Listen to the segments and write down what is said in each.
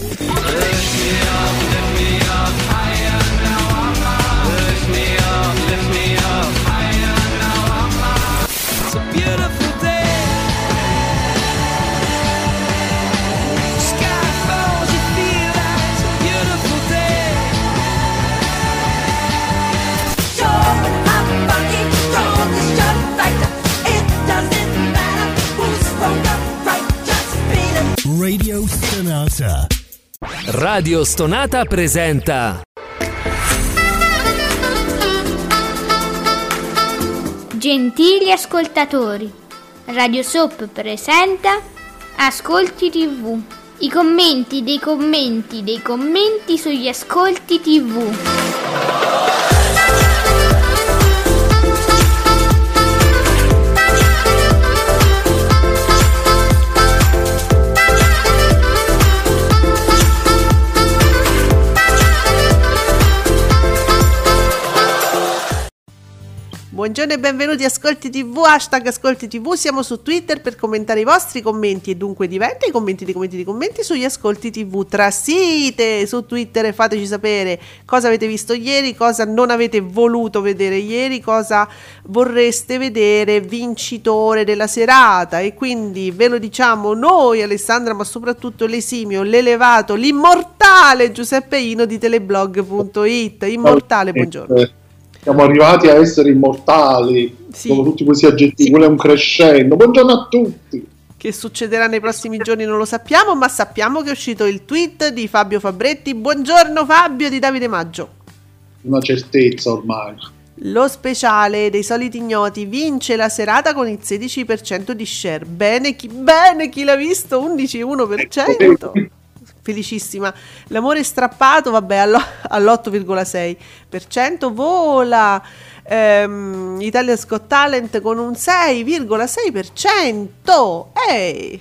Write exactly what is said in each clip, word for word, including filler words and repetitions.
Radio Stonata. Radio Stonata presenta Gentili ascoltatori, Radio Soap presenta Ascolti tivù. I commenti dei commenti dei commenti sugli ascolti tivù. Buongiorno e benvenuti a Ascolti tivù, hashtag Ascolti tivù, siamo su Twitter per commentare i vostri commenti e dunque diventa i commenti dei commenti dei commenti sugli Ascolti tivù. Trasite su Twitter e fateci sapere cosa avete visto ieri, cosa non avete voluto vedere ieri, cosa vorreste vedere vincitore della serata, e quindi ve lo diciamo noi, Alessandra, ma soprattutto l'esimio, l'elevato, l'immortale Giuseppe Ino di teleblog punto it. Immortale, buongiorno. Siamo arrivati a essere immortali, sì. Con tutti questi aggettivi, quello è un crescendo. Buongiorno a tutti. Che succederà nei prossimi giorni non lo sappiamo, ma sappiamo che è uscito il tweet di Fabio Fabretti. Buongiorno Fabio, di Davide Maggio. Una certezza ormai. Lo speciale dei soliti ignoti vince la serata con il sedici per cento di share. Bene chi, bene, chi l'ha visto? undici virgola uno per cento. Felicissima. L'amore strappato, vabbè, all'otto virgola sei per cento. Vola ehm, Italia's Got Talent con un sei virgola sei per cento. Ehi,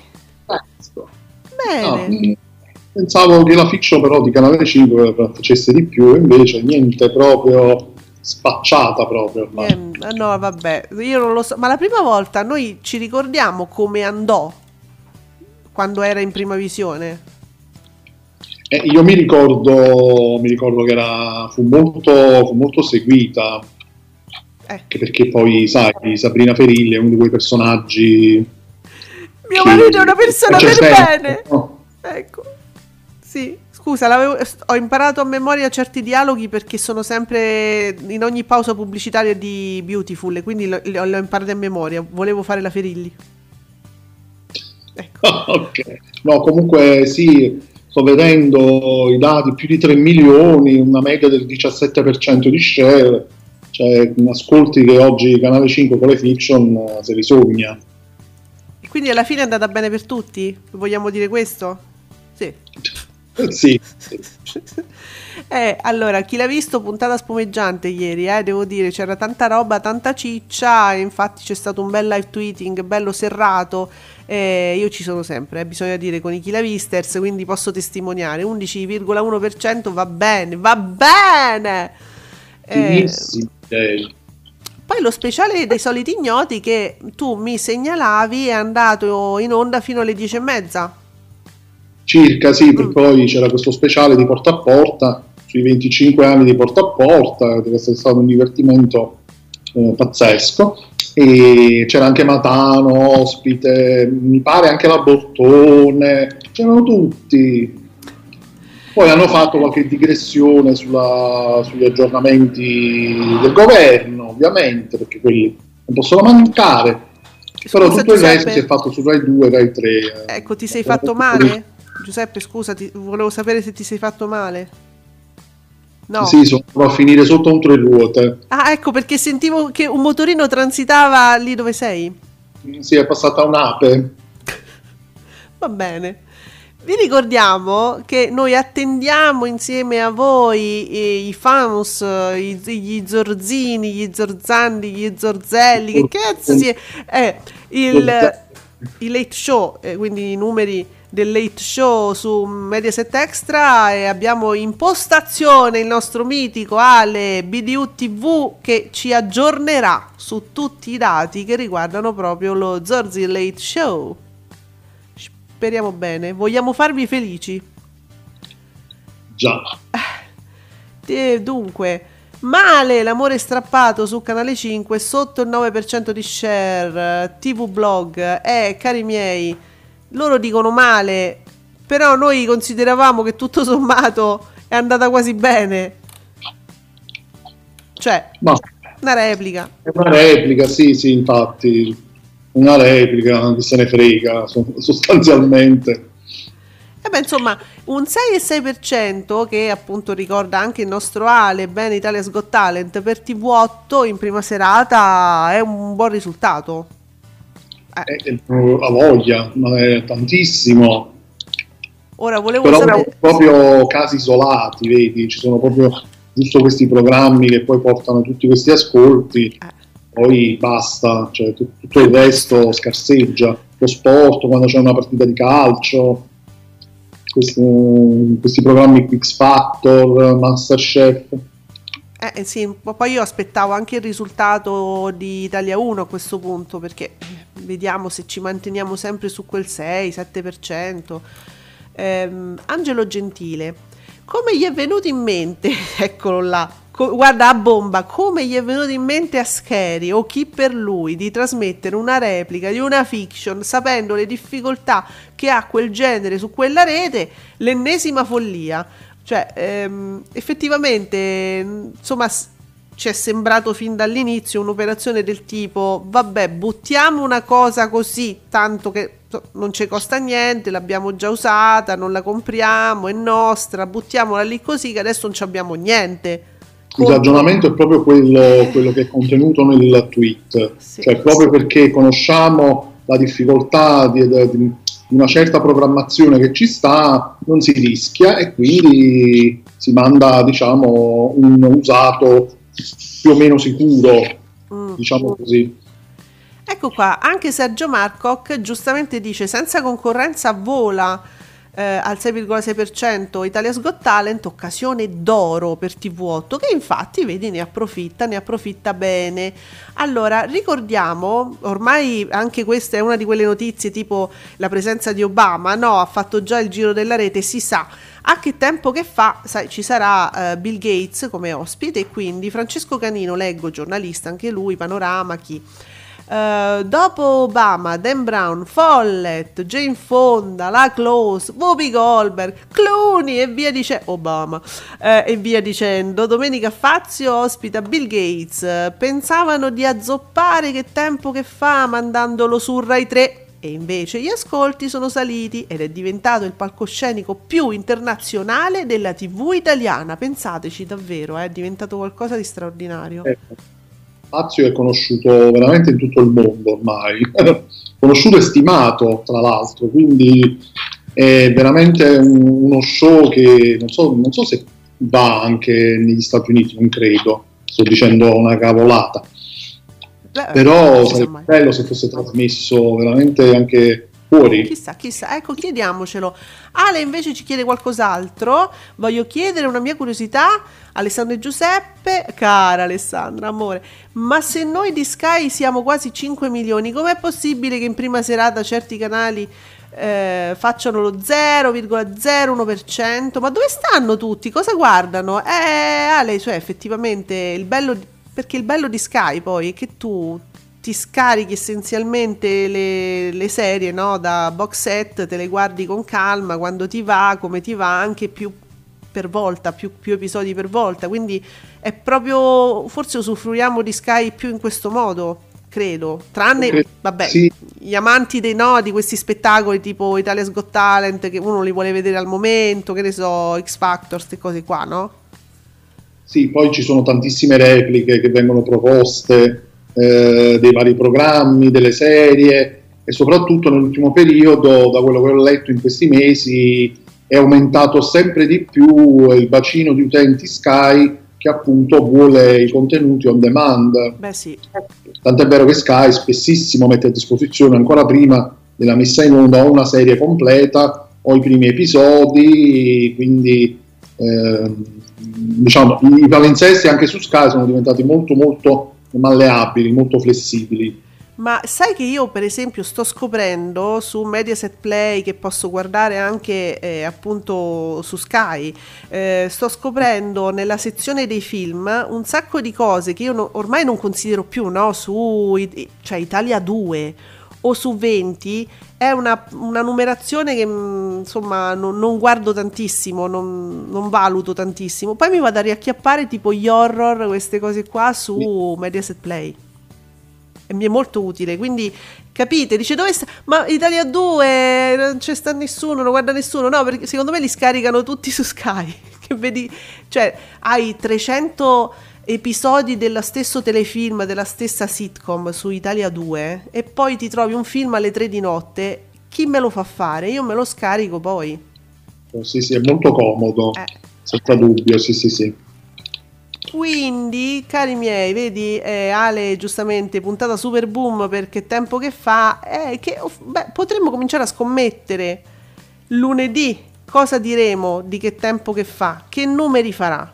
bene. No, pensavo che la fiction però di Canale cinque facesse di più, invece niente, proprio spacciata proprio. Eh, no, vabbè, io non lo so, ma la prima volta noi ci ricordiamo come andò quando era in prima visione? Eh, io mi ricordo, mi ricordo che era, fu molto, fu molto seguita, eh. Anche perché poi, sai, Sabrina Ferilli è uno di quei personaggi. Mio marito è una persona per bene. No? Ecco, sì. Scusa, l'avevo, ho imparato a memoria certi dialoghi perché sono sempre in ogni pausa pubblicitaria di Beautiful, e quindi li ho, li ho imparati a memoria. Volevo fare la Ferilli. Ecco. Ok. No, comunque sì. Sto vedendo i dati, più di tre milioni, una media del diciassette per cento di share, cioè ascolti che oggi Canale cinque con le fiction uh, se li sogna. E quindi alla fine è andata bene per tutti? Vogliamo dire questo? Sì. Sì. eh, allora, chi l'ha visto, puntata spumeggiante ieri, eh, devo dire, c'era tanta roba, tanta ciccia, e infatti c'è stato un bel live tweeting, bello serrato. Eh, io ci sono sempre, eh, bisogna dire, con i Chi l'ha visters, quindi posso testimoniare. Undici virgola uno per cento va bene, va bene. Eh, sì, sì. Poi lo speciale dei soliti ignoti che tu mi segnalavi è andato in onda fino alle dieci e mezza. Circa, sì, per mm. poi c'era questo speciale di Porta a Porta sui venticinque anni di Porta a Porta, che è stato un divertimento eh, pazzesco. E c'era anche Matano ospite, mi pare anche la Bortone, c'erano tutti. Poi hanno fatto qualche digressione sulla, sugli aggiornamenti del governo, ovviamente, perché quelli non possono mancare. Scusa, però tutto Giuseppe, il resto si è fatto su Rai due, Rai tre. Ecco, ti sei fatto male? Giuseppe, scusa, ti, volevo sapere se ti sei fatto male. No. Sì, sono a finire sotto un tre ruote. Ah, ecco, perché sentivo che un motorino transitava lì dove sei. Sì, è passata un'ape. Va bene. Vi ricordiamo che noi attendiamo insieme a voi i, i fans, i, gli zorzini, gli zorzandi, gli zorzelli, che cazzo si è? Eh, il, il late show, eh, quindi i numeri del late show su Mediaset Extra, e abbiamo in postazione il nostro mitico Ale B D U T V che ci aggiornerà su tutti i dati che riguardano proprio lo Zorzi Late Show. Speriamo bene, vogliamo farvi felici. Già. Eh, dunque, male l'amore strappato su Canale cinque, sotto il nove per cento di share, T V Blog, eh, cari miei, loro dicono male, però noi consideravamo che tutto sommato è andata quasi bene. Cioè, Ma una replica. È una replica, sì, sì, infatti, una replica, chi se ne frega, sostanzialmente. E beh, insomma, un sei virgola sei per cento che appunto ricorda anche il nostro Ale, bene, Italia's Got Talent per T V otto in prima serata è un buon risultato. Eh. È, è, a voglia, ma è tantissimo. Ora volevo Però sapere... proprio casi isolati, vedi, ci sono proprio giusto questi programmi che poi portano tutti questi ascolti, eh. poi basta, cioè t- tutto il resto scarseggia. Lo sport, quando c'è una partita di calcio, questi, questi programmi X Factor, Masterchef. Eh sì, ma poi io aspettavo anche il risultato di Italia uno a questo punto, perché vediamo se ci manteniamo sempre su quel sei sette per cento. ehm, Angelo Gentile, come gli è venuto in mente, eccolo là, co- guarda a bomba, come gli è venuto in mente a Scheri o chi per lui di trasmettere una replica di una fiction sapendo le difficoltà che ha quel genere su quella rete, l'ennesima follia. Cioè, ehm, effettivamente, insomma, ci è sembrato fin dall'inizio un'operazione del tipo, vabbè, buttiamo una cosa così, tanto che non ci costa niente, l'abbiamo già usata, non la compriamo, è nostra, buttiamola lì così che adesso non ci abbiamo niente. Il ragionamento è proprio quello, quello che è contenuto nel tweet, sì, cioè proprio perché conosciamo la difficoltà di, di una certa programmazione che ci sta, non si rischia e quindi si manda, diciamo, un usato più o meno sicuro, mm. diciamo così. Ecco qua, anche Sergio Marcoc giustamente dice: senza concorrenza vola eh, al sei virgola sei per cento Italia's Got Talent, occasione d'oro per T V otto, che infatti vedi ne approfitta, ne approfitta bene. Allora ricordiamo, ormai anche questa è una di quelle notizie tipo la presenza di Obama, no, ha fatto già il giro della rete, si sa. A che tempo che fa, sai, ci sarà uh, Bill Gates come ospite e quindi Francesco Canino, leggo, giornalista anche lui, Panorama, chi? Uh, dopo Obama, Dan Brown, Follett, Jane Fonda, La Close, Whoopi Goldberg, Clooney e via dicendo, Obama uh, e via dicendo, Domenica Fazio ospita Bill Gates. Uh, pensavano di azzoppare che tempo che fa mandandolo su Rai tre e invece gli ascolti sono saliti ed è diventato il palcoscenico più internazionale della tivù italiana. Pensateci, davvero, è diventato qualcosa di straordinario. Eh. Fazio è conosciuto veramente in tutto il mondo ormai, conosciuto e stimato tra l'altro, quindi è veramente un, uno show che non so, non so se va anche negli Stati Uniti, non credo, sto dicendo una cavolata, Beh, però sarebbe bello se fosse trasmesso veramente anche fuori. Chissà, chissà, ecco, chiediamocelo. Ale invece ci chiede qualcos'altro. Voglio chiedere una mia curiosità, Alessandro e Giuseppe, cara Alessandra, amore, ma se noi di Sky siamo quasi cinque milioni, com'è possibile che in prima serata certi canali eh, facciano lo zero virgola zero uno per cento? Ma dove stanno tutti? Cosa guardano? Eh, Ale, cioè effettivamente il bello, perché il bello di Sky poi è che tu ti scarichi essenzialmente le, le serie, no? Da box set, te le guardi con calma, quando ti va, come ti va, anche più per volta, più, più episodi per volta, quindi è proprio, forse usufruiamo di Sky più in questo modo, credo, tranne, okay, vabbè, sì, gli amanti dei no, di questi spettacoli tipo Italia's Got Talent, che uno li vuole vedere al momento, che ne so, X Factor, queste cose qua, no? Sì, poi ci sono tantissime repliche che vengono proposte, Eh, dei vari programmi, delle serie, e soprattutto nell'ultimo periodo, da quello che ho letto in questi mesi, è aumentato sempre di più il bacino di utenti Sky che appunto vuole i contenuti on demand. Beh, sì. Tant'è vero che Sky spessissimo mette a disposizione ancora prima della messa in onda o una serie completa o i primi episodi, quindi eh, diciamo i palinsesti anche su Sky sono diventati molto molto malleabili, molto flessibili. Ma sai che io per esempio sto scoprendo su Mediaset Play, che posso guardare anche eh, appunto su Sky, eh, sto scoprendo nella sezione dei film un sacco di cose che io no, ormai non considero più, no? Su cioè Italia due o su venti è una, una numerazione che insomma non, non guardo tantissimo, non, non valuto tantissimo. Poi mi vado a riacchiappare tipo gli horror, queste cose qua su Mediaset Play. E mi è molto utile, quindi capite, dice dove sta? Ma Italia due non c'è sta nessuno, non guarda nessuno, no, perché secondo me li scaricano tutti su Sky, che vedi, cioè hai trecento episodi dello stesso telefilm, della stessa sitcom su Italia due e poi ti trovi un film alle tre di notte, chi me lo fa fare? Io me lo scarico poi. Oh, sì, sì, è molto comodo, eh. senza dubbio, sì, sì, sì. Quindi, cari miei, vedi, eh, Ale giustamente puntata super boom perché tempo che fa, eh, che beh, potremmo cominciare a scommettere lunedì cosa diremo di che tempo che fa, che numeri farà.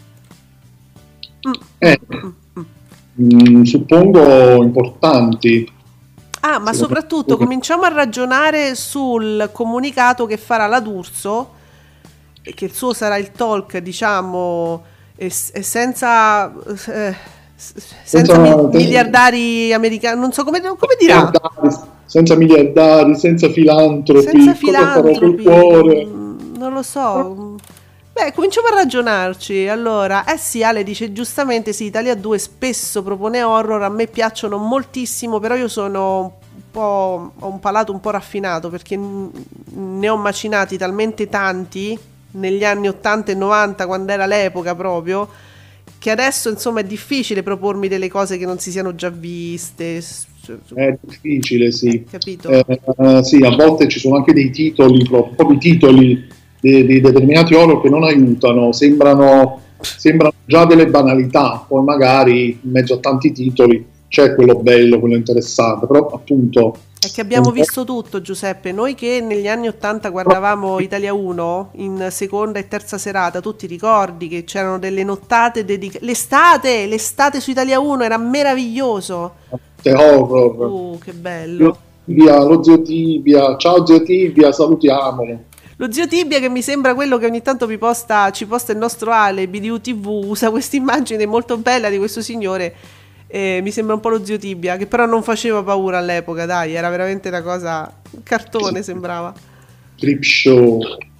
Mm. Eh, mm. Mm, suppongo importanti. Ah, ma soprattutto cominciamo a ragionare sul comunicato che farà la D'Urso, che il suo sarà il talk, diciamo, e, e senza eh, senza mi, miliardari americani, non so come, come dirà, senza miliardari, senza filantropi, senza filantropi, non lo so. Beh, cominciamo a ragionarci. Allora, eh sì, Ale dice giustamente, sì, Italia due spesso propone horror, a me piacciono moltissimo, però io sono un po', ho un palato un po' raffinato perché ne ho macinati talmente tanti negli anni ottanta e novanta, quando era l'epoca proprio, che adesso insomma è difficile propormi delle cose che non si siano già viste. È difficile, sì. Eh, capito? Eh, uh, sì, a volte ci sono anche dei titoli, proprio di titoli di, di determinati horror che non aiutano, sembrano, sembrano già delle banalità, poi magari in mezzo a tanti titoli c'è quello bello, quello interessante, però appunto... È che abbiamo visto tutto, Giuseppe, noi che negli anni ottanta guardavamo Italia uno in seconda e terza serata, tu ti ricordi che c'erano delle nottate dedicate, l'estate, l'estate su Italia uno era meraviglioso. The horror. Oh, che bello. Tibia, lo zio Tibia, ciao zio Tibia, salutiamolo. Lo zio Tibia, che mi sembra quello che ogni tanto vi posta, ci posta il nostro Ale, B D U T V, usa questa immagine molto bella di questo signore. Eh, mi sembra un po' lo zio Tibia, che però non faceva paura all'epoca, dai, era veramente una cosa, un cartone sembrava. Trip show.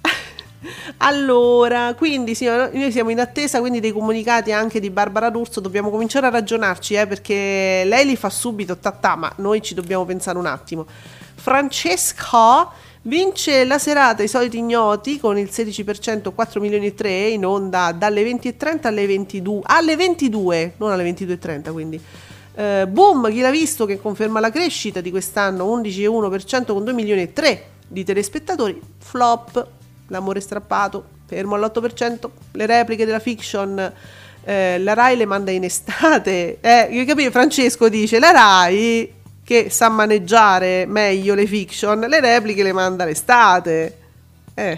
Allora, quindi sì, noi siamo in attesa quindi dei comunicati anche di Barbara D'Urso, dobbiamo cominciare a ragionarci, eh, perché lei li fa subito, ta-ta, ma noi ci dobbiamo pensare un attimo. Francesca vince la serata I soliti ignoti con il sedici per cento, quattro milioni e tre, in onda dalle venti e trenta alle ventidue, alle ventidue, non alle ventidue e trenta, quindi eh, boom, chi l'ha visto, che conferma la crescita di quest'anno, undici virgola uno per cento con due milioni e tre di telespettatori. Flop, L'amore strappato, fermo all'otto per cento, le repliche della fiction, eh, la Rai le manda in estate, eh, capito? Francesco dice, la Rai che sa maneggiare meglio le fiction, le repliche le manda l'estate. Eh.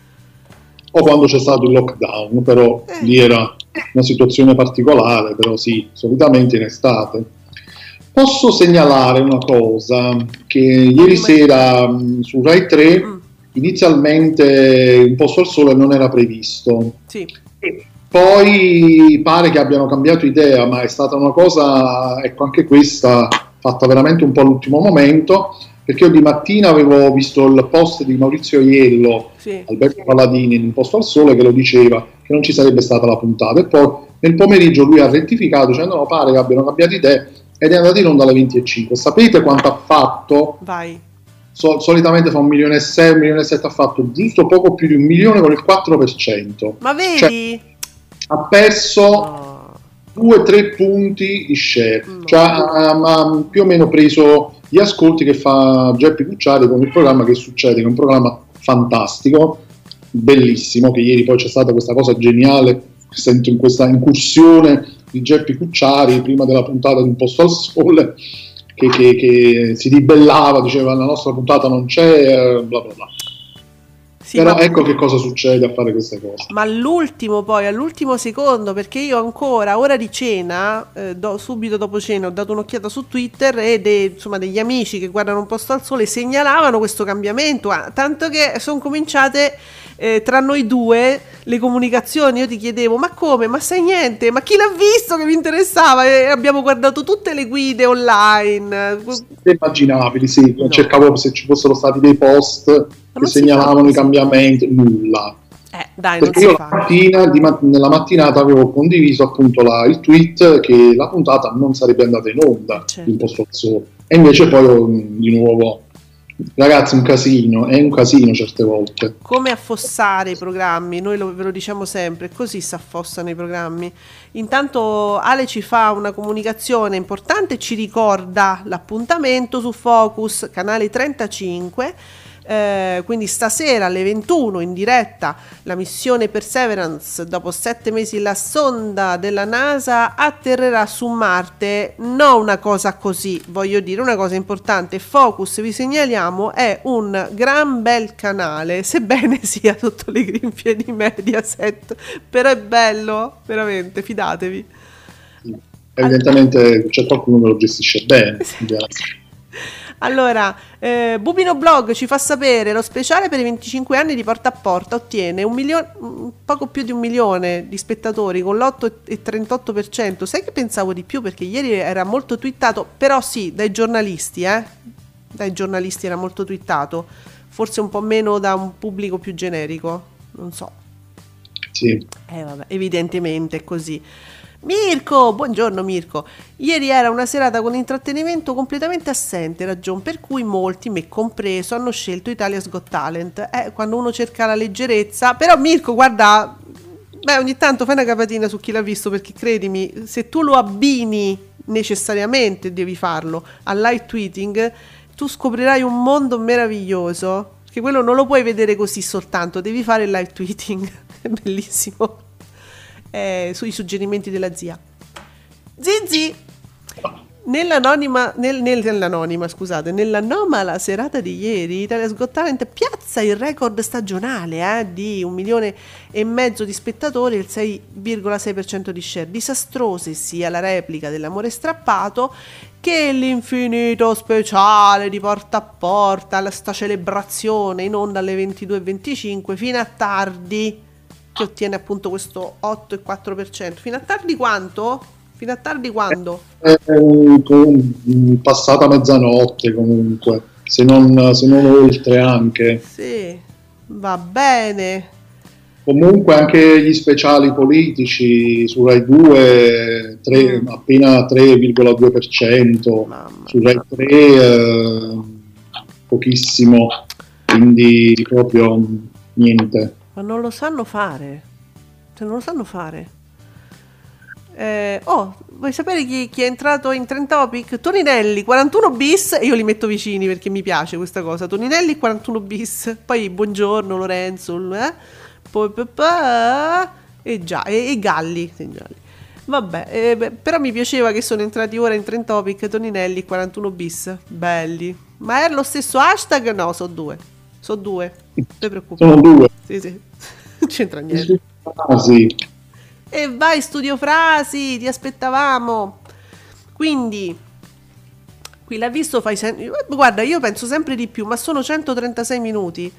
O quando c'è stato il lockdown, però eh. lì era una situazione particolare, però sì, solitamente in estate. Posso segnalare una cosa, che ieri sera mh, su Rai tre mm. inizialmente Un posto al sole non era previsto. Sì. Poi pare che abbiano cambiato idea, ma è stata una cosa, ecco, anche questa fatta veramente un po' all'ultimo momento, perché io di mattina avevo visto il post di Maurizio Aiello, sì. Alberto Palladini in Un posto al sole, che lo diceva che non ci sarebbe stata la puntata, e poi nel pomeriggio lui ha rettificato dicendo no, pare che abbiano cambiato idea, ed è andato in onda alle venti e cinque. Sapete quanto ha fatto? Vai. So, solitamente fa un milione e sei, un milione e sette, ha fatto giusto poco più di un milione con il quattro per cento. Ma vedi? Cioè, ha perso no. due tre punti di share, no. Cioè ha, ha più o meno preso gli ascolti che fa Geppi Cucciari con il programma Che succede, che è un programma fantastico, bellissimo, che ieri poi c'è stata questa cosa geniale, sento in questa incursione di Geppi Cucciari prima della puntata di Un posto al sole, che, che, che si ribellava, diceva la nostra puntata non c'è, bla bla bla. Sì, Però ma... ecco che cosa succede a fare queste cose. Ma all'ultimo poi, all'ultimo secondo, perché io ancora, ora di cena, eh, do, subito dopo cena, ho dato un'occhiata su Twitter e de, insomma, degli amici che guardano un posto al sole segnalavano questo cambiamento, ah, tanto che sono cominciate eh, tra noi due le comunicazioni. Io ti chiedevo, ma come, ma sai niente, ma chi l'ha visto che mi interessava? E abbiamo guardato tutte le guide online. Immaginabili, sì, No. Cercavo se ci fossero stati dei post che segnalavano i cambiamenti, nulla. Eh, dai, non Perché si io fa. la mattina, di ma- nella mattinata avevo condiviso appunto la- il tweet che la puntata non sarebbe andata in onda, Certo. in posto al sole. E invece poi ho, di nuovo, ragazzi, un casino, è un casino certe volte. Come affossare i programmi, noi lo, ve lo diciamo sempre, così si affossano i programmi. Intanto Ale ci fa una comunicazione importante, ci ricorda l'appuntamento su Focus, canale trentacinque, eh, quindi stasera alle ventuno in diretta la missione Perseverance, dopo sette mesi la sonda della NASA atterrerà su Marte. No, una cosa così, voglio dire una cosa importante, Focus, vi segnaliamo, è un gran bel canale, sebbene sia sotto le grinfie di Mediaset, però è bello, veramente, fidatevi. Evidentemente c'è qualcuno che lo gestisce bene. Allora, eh, Bubino Blog ci fa sapere lo speciale per i venticinque anni di Porta a Porta ottiene un milione, poco più di un milione di spettatori con l'otto virgola trentotto per cento. Sai che pensavo di più, perché ieri era molto twittato, però sì, dai giornalisti, eh? Dai giornalisti era molto twittato, forse un po' meno da un pubblico più generico, non so. Sì. Eh vabbè, evidentemente è così. Mirko, buongiorno Mirko. Ieri era una serata con intrattenimento completamente assente, ragion per cui molti, me compreso, hanno scelto Italia's Got Talent. Eh, quando uno cerca la leggerezza, però Mirko, guarda, beh, ogni tanto fai una capatina su chi l'ha visto, perché credimi, se tu lo abbini necessariamente, devi farlo al live tweeting, tu scoprirai un mondo meraviglioso, che quello non lo puoi vedere così soltanto, devi fare il live tweeting. È bellissimo. Eh, sui suggerimenti della zia Zizi. Nell'anonima, nel, nel, nell'anonima scusate, nell'anomala serata di ieri Italia's Got Talent piazza il record stagionale eh, di un milione e mezzo di spettatori e il sei virgola sei per cento di share. Disastrose sia la replica dell'amore strappato che l'infinito speciale di Porta a Porta, la sta celebrazione in onda alle ventidue e venticinque fino a tardi, che ottiene appunto questo otto virgola quattro per cento. Fino a tardi quanto? Fino a tardi quando? È passata mezzanotte comunque, se non, se non oltre anche. Sì, va bene. Comunque anche gli speciali politici su Rai due tre, mm. appena tre virgola due per cento, Mamma su Rai tre eh, pochissimo, quindi proprio niente. Ma non lo sanno fare, cioè non lo sanno fare. Eh, oh, vuoi sapere chi, chi è entrato in Trend Topic? Toninelli, quarantuno bis, e io li metto vicini perché mi piace questa cosa. Toninelli, quarantuno bis, poi buongiorno Lorenzo, eh? Poi papà, e già, e, e Galli, e Galli. Vabbè, eh, beh, però mi piaceva che sono entrati ora in Trend Topic Toninelli, quarantuno bis, belli. Ma è lo stesso hashtag? No, sono due. Sono due, non ti preoccupare. Sono due. Sì, sì, non c'entra niente. Ah, sì. E vai Studio Frasi, ti aspettavamo. Quindi, qui l'ha visto, fai sen- guarda, io penso sempre di più, ma sono centotrentasei minuti.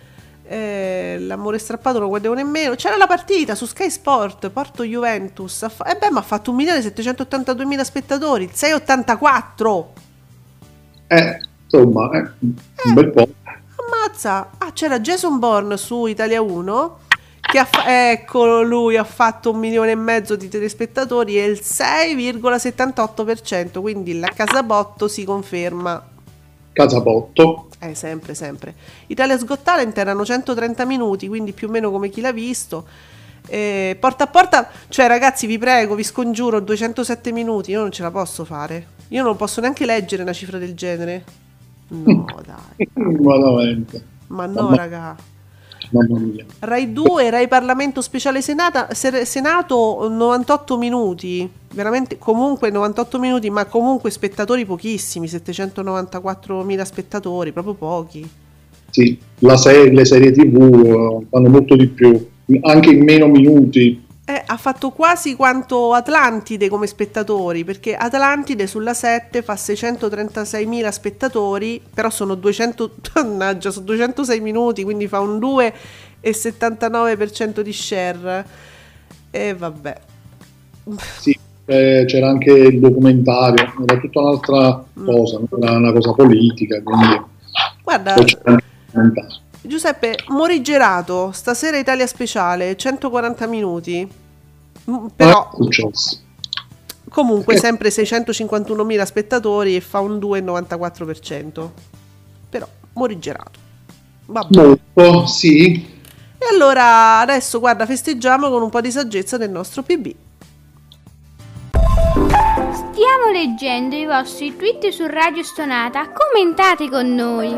Eh, l'amore strappato non lo guardavo nemmeno. C'era la partita su Sky Sport, Porto Juventus. E eh beh, ma ha fatto un milione settecentottantaduemila spettatori, il sei virgola ottantaquattro. Eh, insomma, eh, un eh. bel po'. Ammazza. Ah, c'era Jason Bourne su Italia uno che ha fa- eccolo, lui ha fatto un milione e mezzo di telespettatori e il sei virgola settantotto per cento, quindi la Casabotto si conferma. Casabotto. Eh, sempre, sempre. Italia's Got Talent erano centotrenta minuti, quindi più o meno come chi l'ha visto. Eh, porta a porta, cioè ragazzi, vi prego, vi scongiuro, duecentosette minuti, io non ce la posso fare. Io non posso neanche leggere una cifra del genere. No, dai. Veramente. Ma no, Mamma, raga. Mamma mia. Rai due, Rai Parlamento Speciale Senata, Senato novantotto minuti, veramente comunque novantotto minuti, ma comunque spettatori pochissimi, settecentonovantaquattromila spettatori, proprio pochi. sì, la se- le serie tv uh, fanno molto di più, anche in meno minuti. Eh, ha fatto quasi quanto Atlantide come spettatori, perché Atlantide sulla sette fa seicentotrentasei mila spettatori, però sono duecento, mannaggia, sono duecentosei minuti, quindi fa un due virgola settantanove per cento di share. E vabbè. Sì, eh, c'era anche il documentario, era tutta un'altra Mm. cosa, non era una cosa politica, quindi Guarda, poi c'era anche il documentario. Giuseppe, Morigerato, stasera Italia Speciale, centoquaranta minuti. Mm, Però Non è successo. comunque Perché? sempre seicentocinquantunomila spettatori e fa un due virgola novantaquattro per cento. Però Morigerato. Vabbè. Molto, sì. E allora adesso guarda, festeggiamo con un po' di saggezza del nostro P B. Stiamo leggendo i vostri tweet su Radio Stonata, commentate con noi.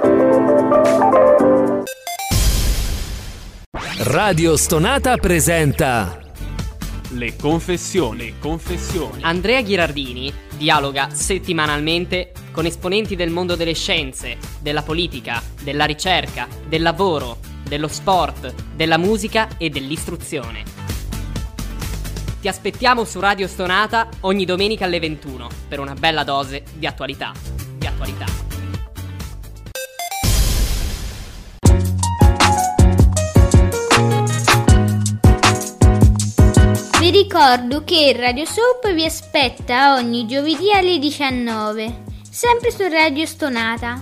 Radio Stonata presenta Le confessioni. Le confessioni. Andrea Ghirardini dialoga settimanalmente con esponenti del mondo delle scienze, della politica, della ricerca, del lavoro, dello sport, della musica e dell'istruzione. Ti aspettiamo su Radio Stonata ogni domenica alle ventuno per una bella dose di attualità. Di attualità. Vi ricordo che Radio Soap vi aspetta ogni giovedì alle diciannove, sempre su Radio Stonata.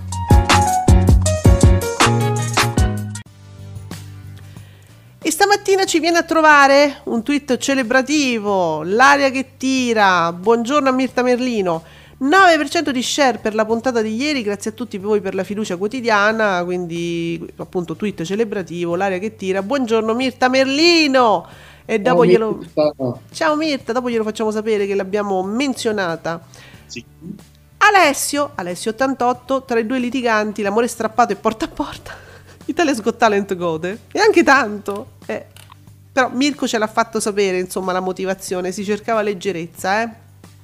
E stamattina ci viene a trovare un tweet celebrativo, l'aria che tira, buongiorno a Mirta Merlino, nove per cento di share per la puntata di ieri, grazie a tutti voi per la fiducia quotidiana, quindi appunto tweet celebrativo, l'aria che tira, buongiorno Mirta Merlino, e dopo Oh, glielo... Mirta. Ciao Mirta, dopo glielo facciamo sapere che l'abbiamo menzionata. Sì. Alessio, Alessio ottantotto, tra i due litiganti, l'amore strappato e porta a porta. Italia's Got Talent gode. E anche tanto. Eh. Però Mirko ce l'ha fatto sapere, insomma, la motivazione. Si cercava leggerezza, eh.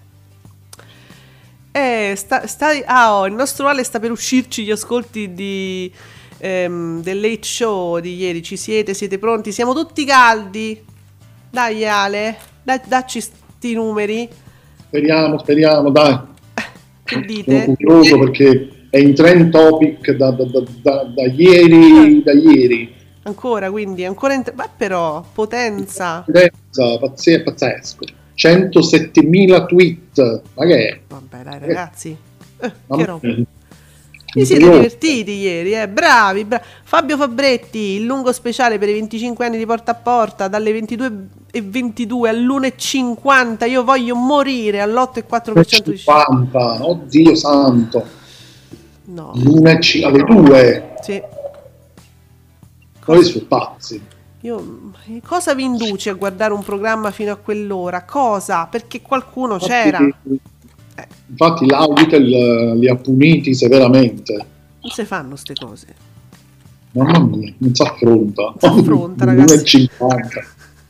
Eh, sta, sta, ah, oh, il nostro Ale sta per uscirci gli ascolti di, ehm, del Late Show di ieri. Ci siete? Siete pronti? Siamo tutti caldi? Dai Ale, dai, dacci sti numeri. Speriamo, speriamo, dai. Che dite? Sono curioso perché è in trend topic da, da, da, da, da ieri, da ieri. Ancora, quindi, ancora in... Ma però, potenza. Potenza, pazz- pazzesco. centosettemila tweet. Ma che è? Vabbè, dai ragazzi. Eh, che Mamma roba. mia. Vi siete Curioso. divertiti ieri, eh? Bravi, bravi. Fabio Fabretti, il lungo speciale per i venticinque anni di Porta a Porta, dalle ventidue e ventidue all'una e cinquanta. Io voglio morire all'otto virgola quattro per cento di share. cinquanta, oddio santo. No, L'una e ci- alle due. sì. Noi sono pazzi. Io, cosa vi induce a guardare un programma fino a quell'ora? Cosa? Perché qualcuno c'era. Infatti, infatti l'Auditel eh, li ha puniti severamente. Non si fanno ste cose. Mamma mia, non si affronta. Non si affronta, l'una ragazzi. e cinquanta.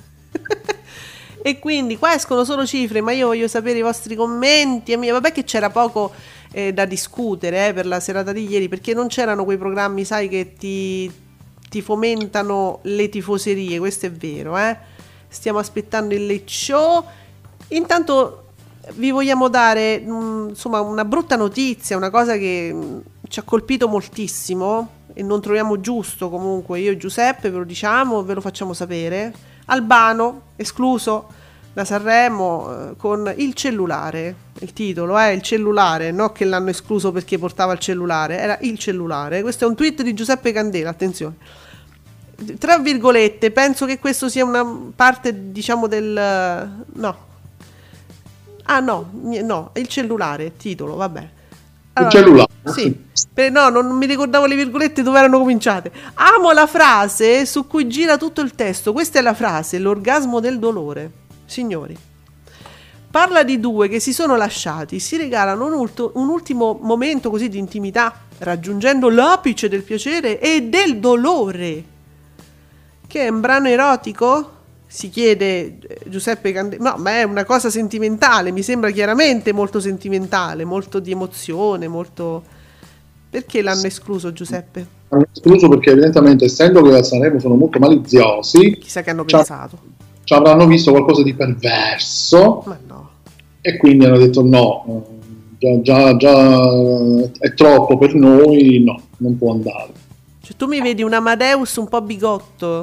E quindi qua escono solo cifre, ma io voglio sapere i vostri commenti. E mia, vabbè che c'era poco eh, da discutere eh, per la serata di ieri, perché non c'erano quei programmi, sai, che ti, ti fomentano le tifoserie, questo è vero, eh. Stiamo aspettando il Late Show. Intanto vi vogliamo dare mh, insomma una brutta notizia, una cosa che mh, ci ha colpito moltissimo e non troviamo giusto, comunque io e Giuseppe ve lo diciamo, ve lo facciamo sapere. Albano escluso da Sanremo eh, con il cellulare, il titolo è eh, il cellulare, no che l'hanno escluso perché portava il cellulare, era il cellulare. Questo è un tweet di Giuseppe Candela, attenzione. Tra virgolette, penso che questo sia una parte, diciamo, del... no. Ah no, no, il cellulare, titolo, vabbè. Allora, il cellulare. Sì, per, no, non mi ricordavo le virgolette dove erano cominciate. Amo la frase su cui gira tutto il testo. Questa è la frase, l'orgasmo del dolore. Signori, parla di due che si sono lasciati, si regalano un, ulto, un ultimo momento così di intimità, raggiungendo l'apice del piacere e del dolore. Che è un brano erotico? Si chiede Giuseppe Candela. No, ma è una cosa sentimentale, mi sembra chiaramente molto sentimentale, molto di emozione, molto... Perché l'hanno escluso, Giuseppe? hanno escluso perché evidentemente, essendo che a Sanremo sono molto maliziosi, chissà che hanno ci pensato. Ci avranno visto qualcosa di perverso, Ma no. e quindi hanno detto no, già, già, già è troppo per noi, no, non può andare. Cioè, tu mi vedi un Amadeus un po' bigotto?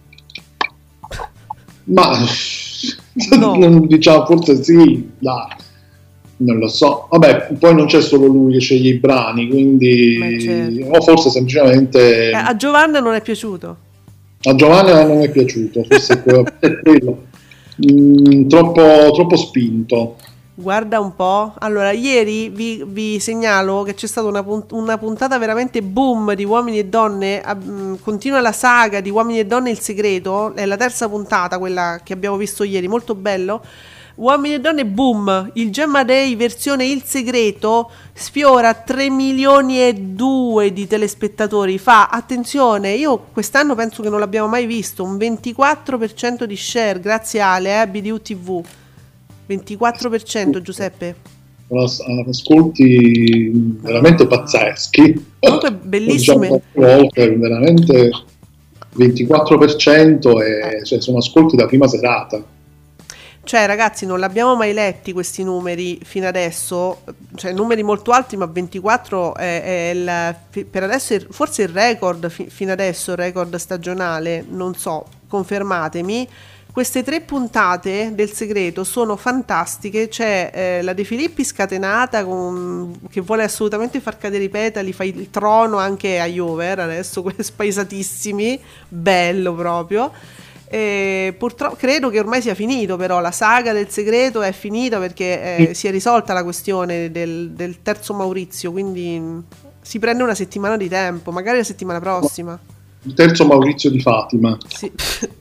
Ma No. non, diciamo, forse sì, dai, non lo so. Vabbè, poi non c'è solo lui che sceglie i brani, quindi Beh, certo. o forse semplicemente Eh, a Giovanna non è piaciuto. a Giovanna non è piaciuto, forse è quello, è quello. Mm, troppo, troppo spinto. Guarda un po'. Allora, ieri vi, vi segnalo che c'è stata una, punt- una puntata veramente boom di Uomini e Donne. Ah, mh, continua la saga di Uomini e Donne Il Segreto. È la terza puntata, quella che abbiamo visto ieri, molto bello. Uomini e Donne boom. Il Gemma Day versione Il Segreto sfiora tre milioni e due di telespettatori. Fa, attenzione, io quest'anno penso che non l'abbiamo mai visto, un ventiquattro per cento di share, grazie Ale, eh, B D U T V. ventiquattro per cento, Giuseppe. Ascolti veramente pazzeschi. Comunque bellissime. Diciamo, volte, veramente ventiquattro per cento e, cioè, sono ascolti da prima serata. Cioè ragazzi, non l'abbiamo mai letti questi numeri fino adesso, cioè numeri molto alti, ma ventiquattro è, è il, per adesso è forse il record, fi, fino adesso il record stagionale, non so, confermatemi. Queste tre puntate del Segreto sono fantastiche. C'è eh, la De Filippi scatenata con, che vuole assolutamente far cadere i petali, fa il trono anche agli over adesso, spaesatissimi, bello proprio. E purtroppo credo che ormai sia finito, però la saga del Segreto è finita perché eh, si è risolta la questione del, del terzo Maurizio, quindi si prende una settimana di tempo, magari la settimana prossima. Il terzo Maurizio di Fatima. Sì.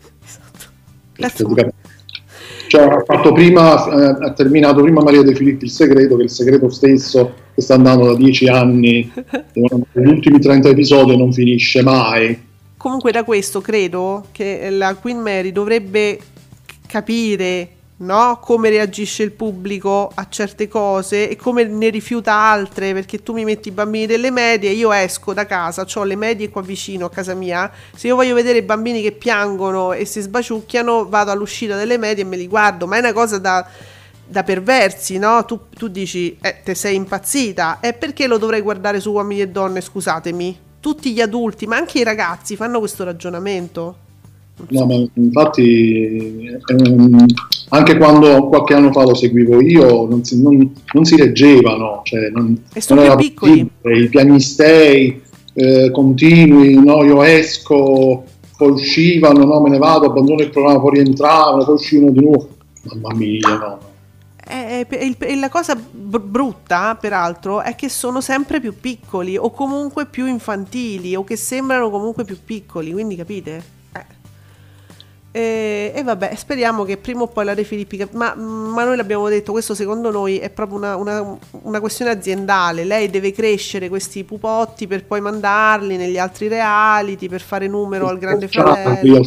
Cioè, ha fatto prima, eh, ha terminato prima Maria De Filippi Il Segreto, che è il segreto stesso che sta andando da dieci anni, negli ultimi trenta episodi e non finisce mai. Comunque da questo credo che la Queen Mary dovrebbe capire, no, come reagisce il pubblico a certe cose e come ne rifiuta altre, perché tu mi metti i bambini delle medie, io esco da casa, ho le medie qua vicino a casa mia, se io voglio vedere i bambini che piangono e si sbaciucchiano vado all'uscita delle medie e me li guardo, ma è una cosa da, da perversi, no? Tu, tu dici, eh, te sei impazzita, e perché lo dovrei guardare su Uomini e Donne, scusatemi? Tutti gli adulti, ma anche i ragazzi fanno questo ragionamento. No, ma infatti ehm, anche quando qualche anno fa lo seguivo io non si, non, non si reggevano, cioè non, e sono non più piccoli, i pianistei eh, continui, no, io esco, poi uscivano, no, me ne vado, abbandono il programma, poi rientravano, poi uscivano di nuovo, mamma mia, no. E, e, e la cosa br- brutta, peraltro, è che sono sempre più piccoli o comunque più infantili o che sembrano comunque più piccoli, quindi capite? Eh. E, e vabbè, speriamo che prima o poi la De Filippi, ma, ma noi l'abbiamo detto, questo secondo noi è proprio una, una, una questione aziendale. Lei deve crescere questi pupotti per poi mandarli negli altri reality, per fare numero al Grande Fratello.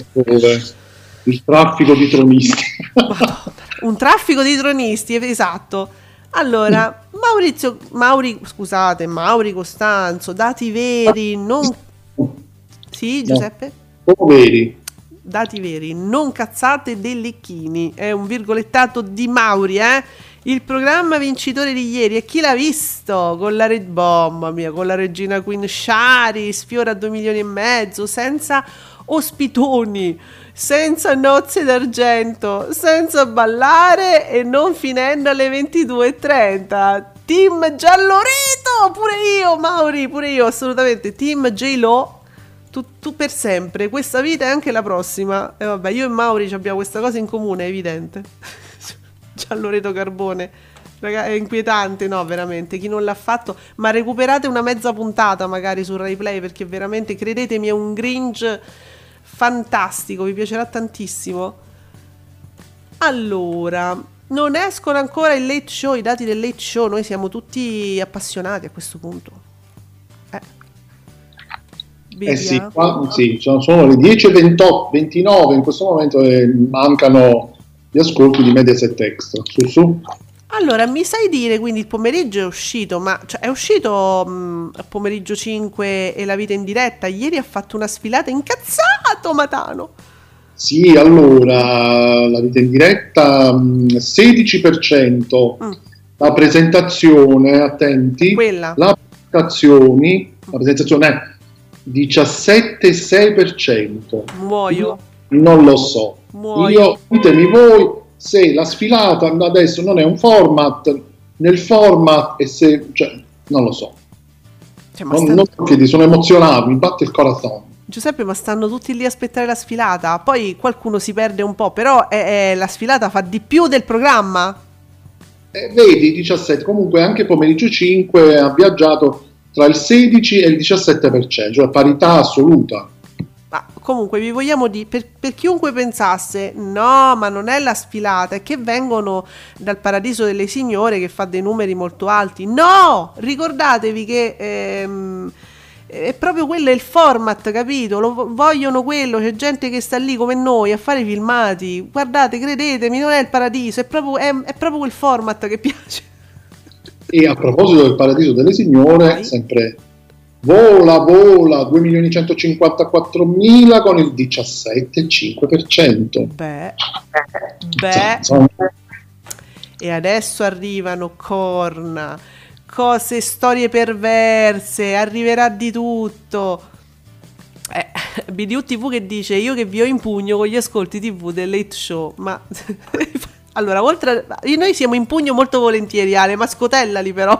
Il traffico di tronisti. Madonna, un traffico di tronisti, esatto. Allora, Maurizio, Mauri, scusate, Mauri Costanzo, dati veri, non... Sì, Giuseppe? No, veri. Dati veri, non cazzate dei lecchini. È un virgolettato di Mauri, eh? Il programma vincitore di ieri, e chi l'ha visto? Con la Red Bomba mia, con la regina Queen Shari, sfiora due milioni e mezzo, senza ospitoni, senza nozze d'argento, senza ballare e non finendo alle ventidue e trenta. Team Gialloreto, pure io, Mauri, pure io, assolutamente. Team J-Lo, tu, tu per sempre, questa vita e anche la prossima. E vabbè, io e Mauri abbiamo questa cosa in comune, è evidente. Gialloreto Carbone, raga, è inquietante, no, veramente, chi non l'ha fatto, ma recuperate una mezza puntata magari su Rai Play, perché veramente, credetemi, è un cringe fantastico, vi piacerà tantissimo. Allora, non escono ancora il late show, i dati del late show, noi siamo tutti appassionati a questo punto. Eh, eh sì, qua, sì, sono le dieci e ventotto, ventinove in questo momento e mancano gli ascolti di Mediaset Extra. Su, su. Allora, mi sai dire, quindi il pomeriggio è uscito, ma cioè, è uscito mh, pomeriggio cinque e la vita in diretta. Ieri ha fatto una sfilata incazzato, Matano. Sì, allora, la vita in diretta, mh, sedici per cento. Mm. La presentazione, attenti, quella. La presentazione, la presentazione è diciassette virgola sei per cento. Muoio. Io non lo so. Muoio. Io, ditemi voi se la sfilata adesso non è un format, nel format e se, cioè, non lo so. Cioè, ma non, stanno... non perché sono emozionato, mi batte il corazon. Giuseppe, ma stanno tutti lì a aspettare la sfilata, poi qualcuno si perde un po', però è, è, la sfilata fa di più del programma. Eh, vedi, diciassette, comunque anche pomeriggio cinque ha viaggiato tra il sedici e il diciassette per cento, cioè parità assoluta. Ma comunque vi vogliamo dire, per, per chiunque pensasse, no, ma non è la sfilata, è che vengono dal Paradiso delle Signore che fa dei numeri molto alti. No, ricordatevi che ehm, è proprio quello è il format, capito? Lo vogliono quello, c'è gente che sta lì come noi a fare filmati. Guardate, credetemi, non è il Paradiso, è proprio, è, è proprio quel format che piace. E a proposito del Paradiso delle Signore, Vai. sempre vola, vola, due milioni centocinquantaquattromila con il diciassette virgola cinque per cento. Beh, beh. E adesso arrivano corna, cose, storie perverse, arriverà di tutto. Eh, B D U T V che dice: io che vi ho in pugno con gli ascolti tivù del Late Show. Ma allora, oltre a... noi siamo in pugno molto volentieri, Ale, ma scotellali però.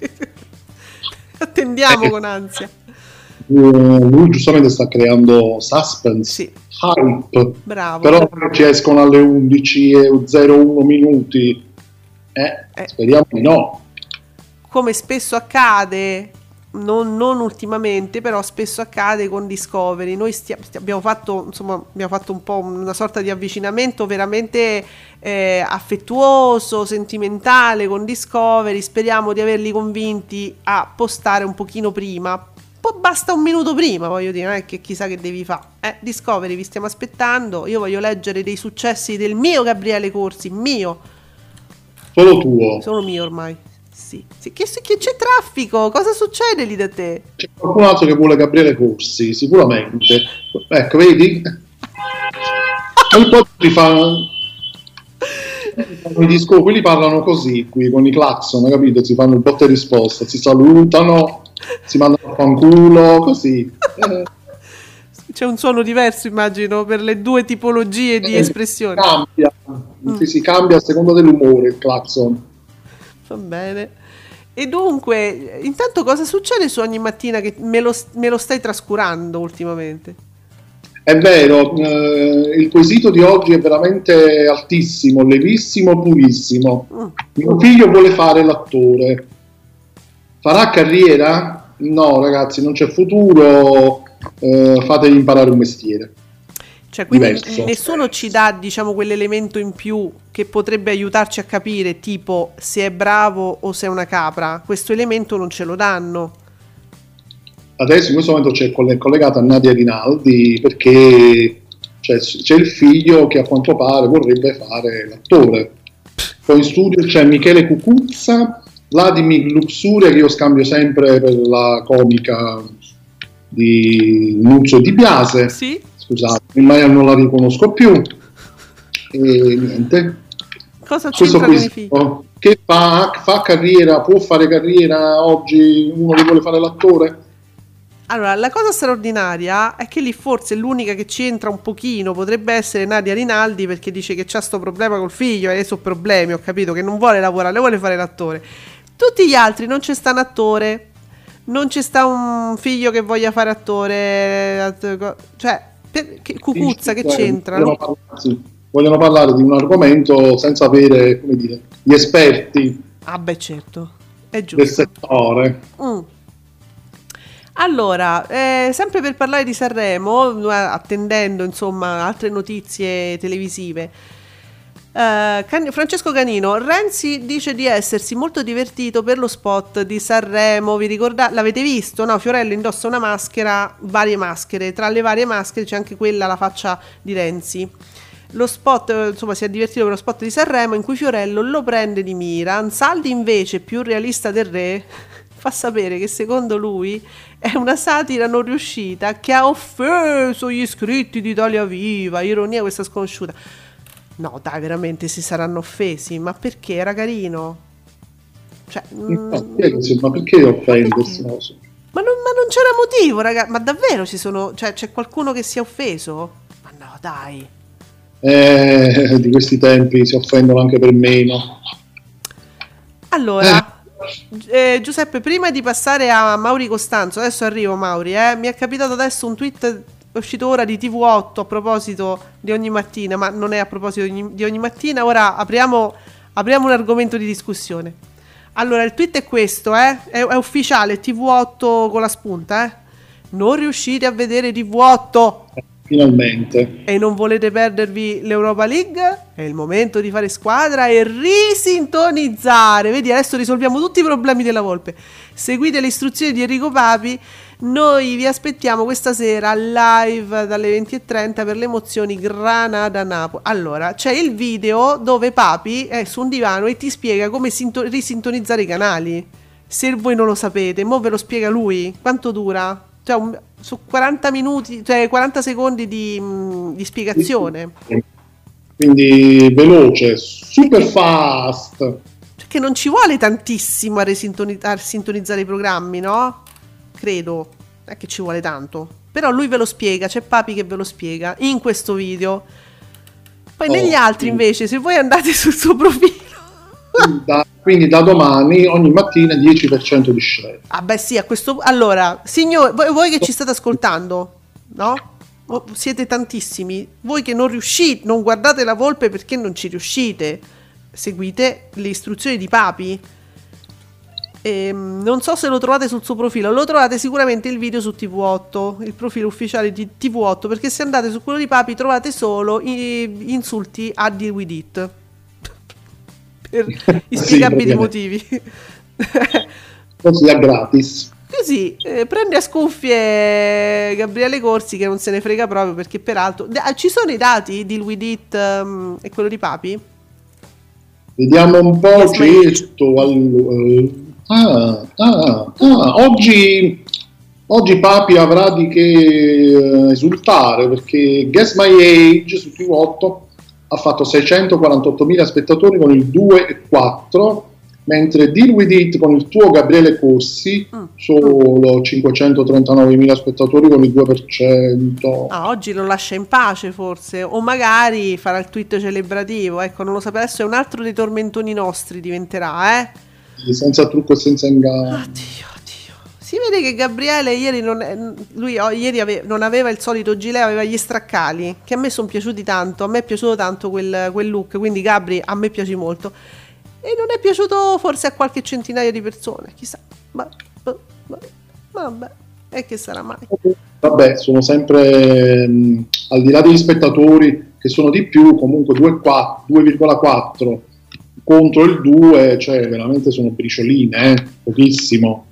Attendiamo con ansia. Uh, lui giustamente sta creando suspense, sì. hype. Bravo. Però ci escono alle undici e zero uno minuti. Eh, eh. Speriamo di no. Come spesso accade, non, non ultimamente, però spesso accade con Discovery. Noi stia, stia, abbiamo fatto, insomma, abbiamo fatto un po' una sorta di avvicinamento veramente eh, affettuoso, sentimentale con Discovery. Speriamo di averli convinti a postare un pochino prima. Poi basta un minuto prima, voglio dire, non è che chissà che devi fare. Eh, Discovery, vi stiamo aspettando. Io voglio leggere dei successi del mio Gabriele Corsi, mio. Solo tuo. Solo mio ormai. Sì, sì. Che, che c'è traffico? Cosa succede lì da te? C'è qualcun altro che vuole Gabriele Corsi, sicuramente. Ecco, vedi? E poi ti fanno i disco, quelli parlano così qui con i clacson, capito? Si fanno il botta e risposta, si salutano, si mandano a fanculo, così. Eh. C'è un suono diverso, immagino, per le due tipologie di eh, espressioni. Cambia, mm. si cambia a seconda dell'umore il clacson. Va bene. E dunque, intanto cosa succede su Ogni Mattina che me lo, me lo stai trascurando ultimamente? È vero, eh, il quesito di oggi è veramente altissimo, levissimo, purissimo. Mm. Mio figlio vuole fare l'attore. Farà carriera? No, ragazzi, non c'è futuro, eh, fategli imparare un mestiere. Cioè, quindi diverso. Nessuno ci dà, diciamo, quell'elemento in più che potrebbe aiutarci a capire, tipo, se è bravo o se è una capra. Questo elemento non ce lo danno. Adesso in questo momento c'è collegata a Nadia Rinaldi perché c'è, c'è il figlio che a quanto pare vorrebbe fare l'attore. Poi in studio c'è Michele Cucuzza, Vladimir Luxuria, che io scambio sempre per la comica di Nunzio Di Biase. Sì. Scusate, ma non la riconosco più. E niente. Cosa c'entra con i figli? Che fa, fa carriera, può fare carriera oggi uno che vuole fare l'attore? Allora, la cosa straordinaria è che lì forse l'unica che ci entra un pochino potrebbe essere Nadia Rinaldi, perché dice che c'ha sto problema col figlio, e adesso problemi, ho capito, che non vuole lavorare, vuole fare l'attore. Tutti gli altri non c'è sta un attore, non c'è sta un figlio che voglia fare attore, cioè, per, che, Cucuzza, che c'entra? Vogliono parlare, sì, vogliono parlare di un argomento senza avere, come dire, gli esperti. Ah beh, certo, è giusto. Del settore. Mm. Allora, eh, sempre per parlare di Sanremo, attendendo insomma altre notizie televisive, eh, Can- Francesco Canino, Renzi dice di essersi molto divertito per lo spot di Sanremo. Vi ricordate? L'avete visto? No? Fiorello indossa una maschera, varie maschere, tra le varie maschere c'è anche quella, la faccia di Renzi. lo spot, insomma, si è divertito con lo spot di Sanremo in cui Fiorello lo prende di mira. Ansaldi invece, più realista del re, fa sapere che secondo lui è una satira non riuscita che ha offeso gli iscritti di Italia Viva. Ironia questa sconosciuta. No dai, veramente si saranno offesi, ma perché? Era carino. Cioè, mm, ma perché offendersi? Ma, ma, non, ma non c'era motivo, ragazzi. Ma davvero ci sono, cioè, c'è qualcuno che si è offeso? Ma no dai. Eh, di questi tempi si offendono anche per meno. Allora, eh. Eh, Giuseppe, prima di passare a Mauri Costanzo, adesso arrivo Mauri, eh, mi è capitato adesso un tweet, è uscito ora di T V otto a proposito di Ogni Mattina, ma non è a proposito di Ogni, di ogni Mattina, ora apriamo, apriamo un argomento di discussione. Allora, il tweet è questo, eh, è, è ufficiale, T V otto con la spunta, eh. Non riuscite a vedere T V otto? Finalmente. E non volete perdervi l'Europa League? È il momento di fare squadra e risintonizzare. Vedi, adesso risolviamo tutti i problemi della Volpe. Seguite le istruzioni di Enrico Papi. Noi vi aspettiamo questa sera live dalle venti e trenta per le emozioni Granada-Napoli. Allora, c'è il video dove Papi è su un divano e ti spiega come sinto- risintonizzare i canali. Se voi non lo sapete, mo ve lo spiega lui. Quanto dura? Cioè, un, su quaranta minuti, cioè quaranta secondi di, mh, di spiegazione. Quindi veloce, super fast. Cioè, che non ci vuole tantissimo a risintonizzare, a sintonizzare i programmi, no? Credo, non è che ci vuole tanto. Però lui ve lo spiega, c'è Papi che ve lo spiega in questo video. Poi oh, negli altri sì. Invece, se voi andate sul suo profilo, Da, quindi da domani ogni mattina dieci per cento di share. Ah beh sì, a questo allora, signori, voi, voi che ci state ascoltando, no? Siete tantissimi. Voi che non riuscite, non guardate la Volpe perché non ci riuscite. Seguite le istruzioni di Papi. E, non so se lo trovate sul suo profilo, lo trovate sicuramente il video su T V otto, il profilo ufficiale di T V otto, perché se andate su quello di Papi trovate solo i, insulti a Deal With It. Per inspiegabili sì, motivi. Così è gratis. Così eh, prende a scuffie Gabriele Corsi che non se ne frega proprio, perché peraltro ah, ci sono i dati di With It um, e quello di Papi? Vediamo un po'. Certo, allora. ah, ah, ah, oggi oggi Papi avrà di che uh, esultare, perché Guess My Age su T V otto ha fatto seicentoquarantottomila spettatori con il due virgola quattro, mentre Deal With It con il tuo Gabriele Corsi mm. solo cinquecentotrentanovanomila spettatori con il due per cento. Ah, oggi lo lascia in pace forse, o magari farà il tweet celebrativo, ecco, non lo so, adesso è un altro dei tormentoni nostri diventerà, eh? Senza trucco e senza inganno. Oddio. Si vede che Gabriele ieri non, lui oh, ieri ave, non aveva il solito gilet, aveva gli straccali, che a me sono piaciuti tanto, a me è piaciuto tanto quel, quel look, quindi Gabri a me piace molto. E non è piaciuto forse a qualche centinaio di persone, chissà. Ma, ma, ma, vabbè, e che sarà mai? Vabbè, sono sempre, mh, al di là degli spettatori, che sono di più, comunque due virgola quattro contro il due, cioè veramente sono bricioline, eh? Pochissimo.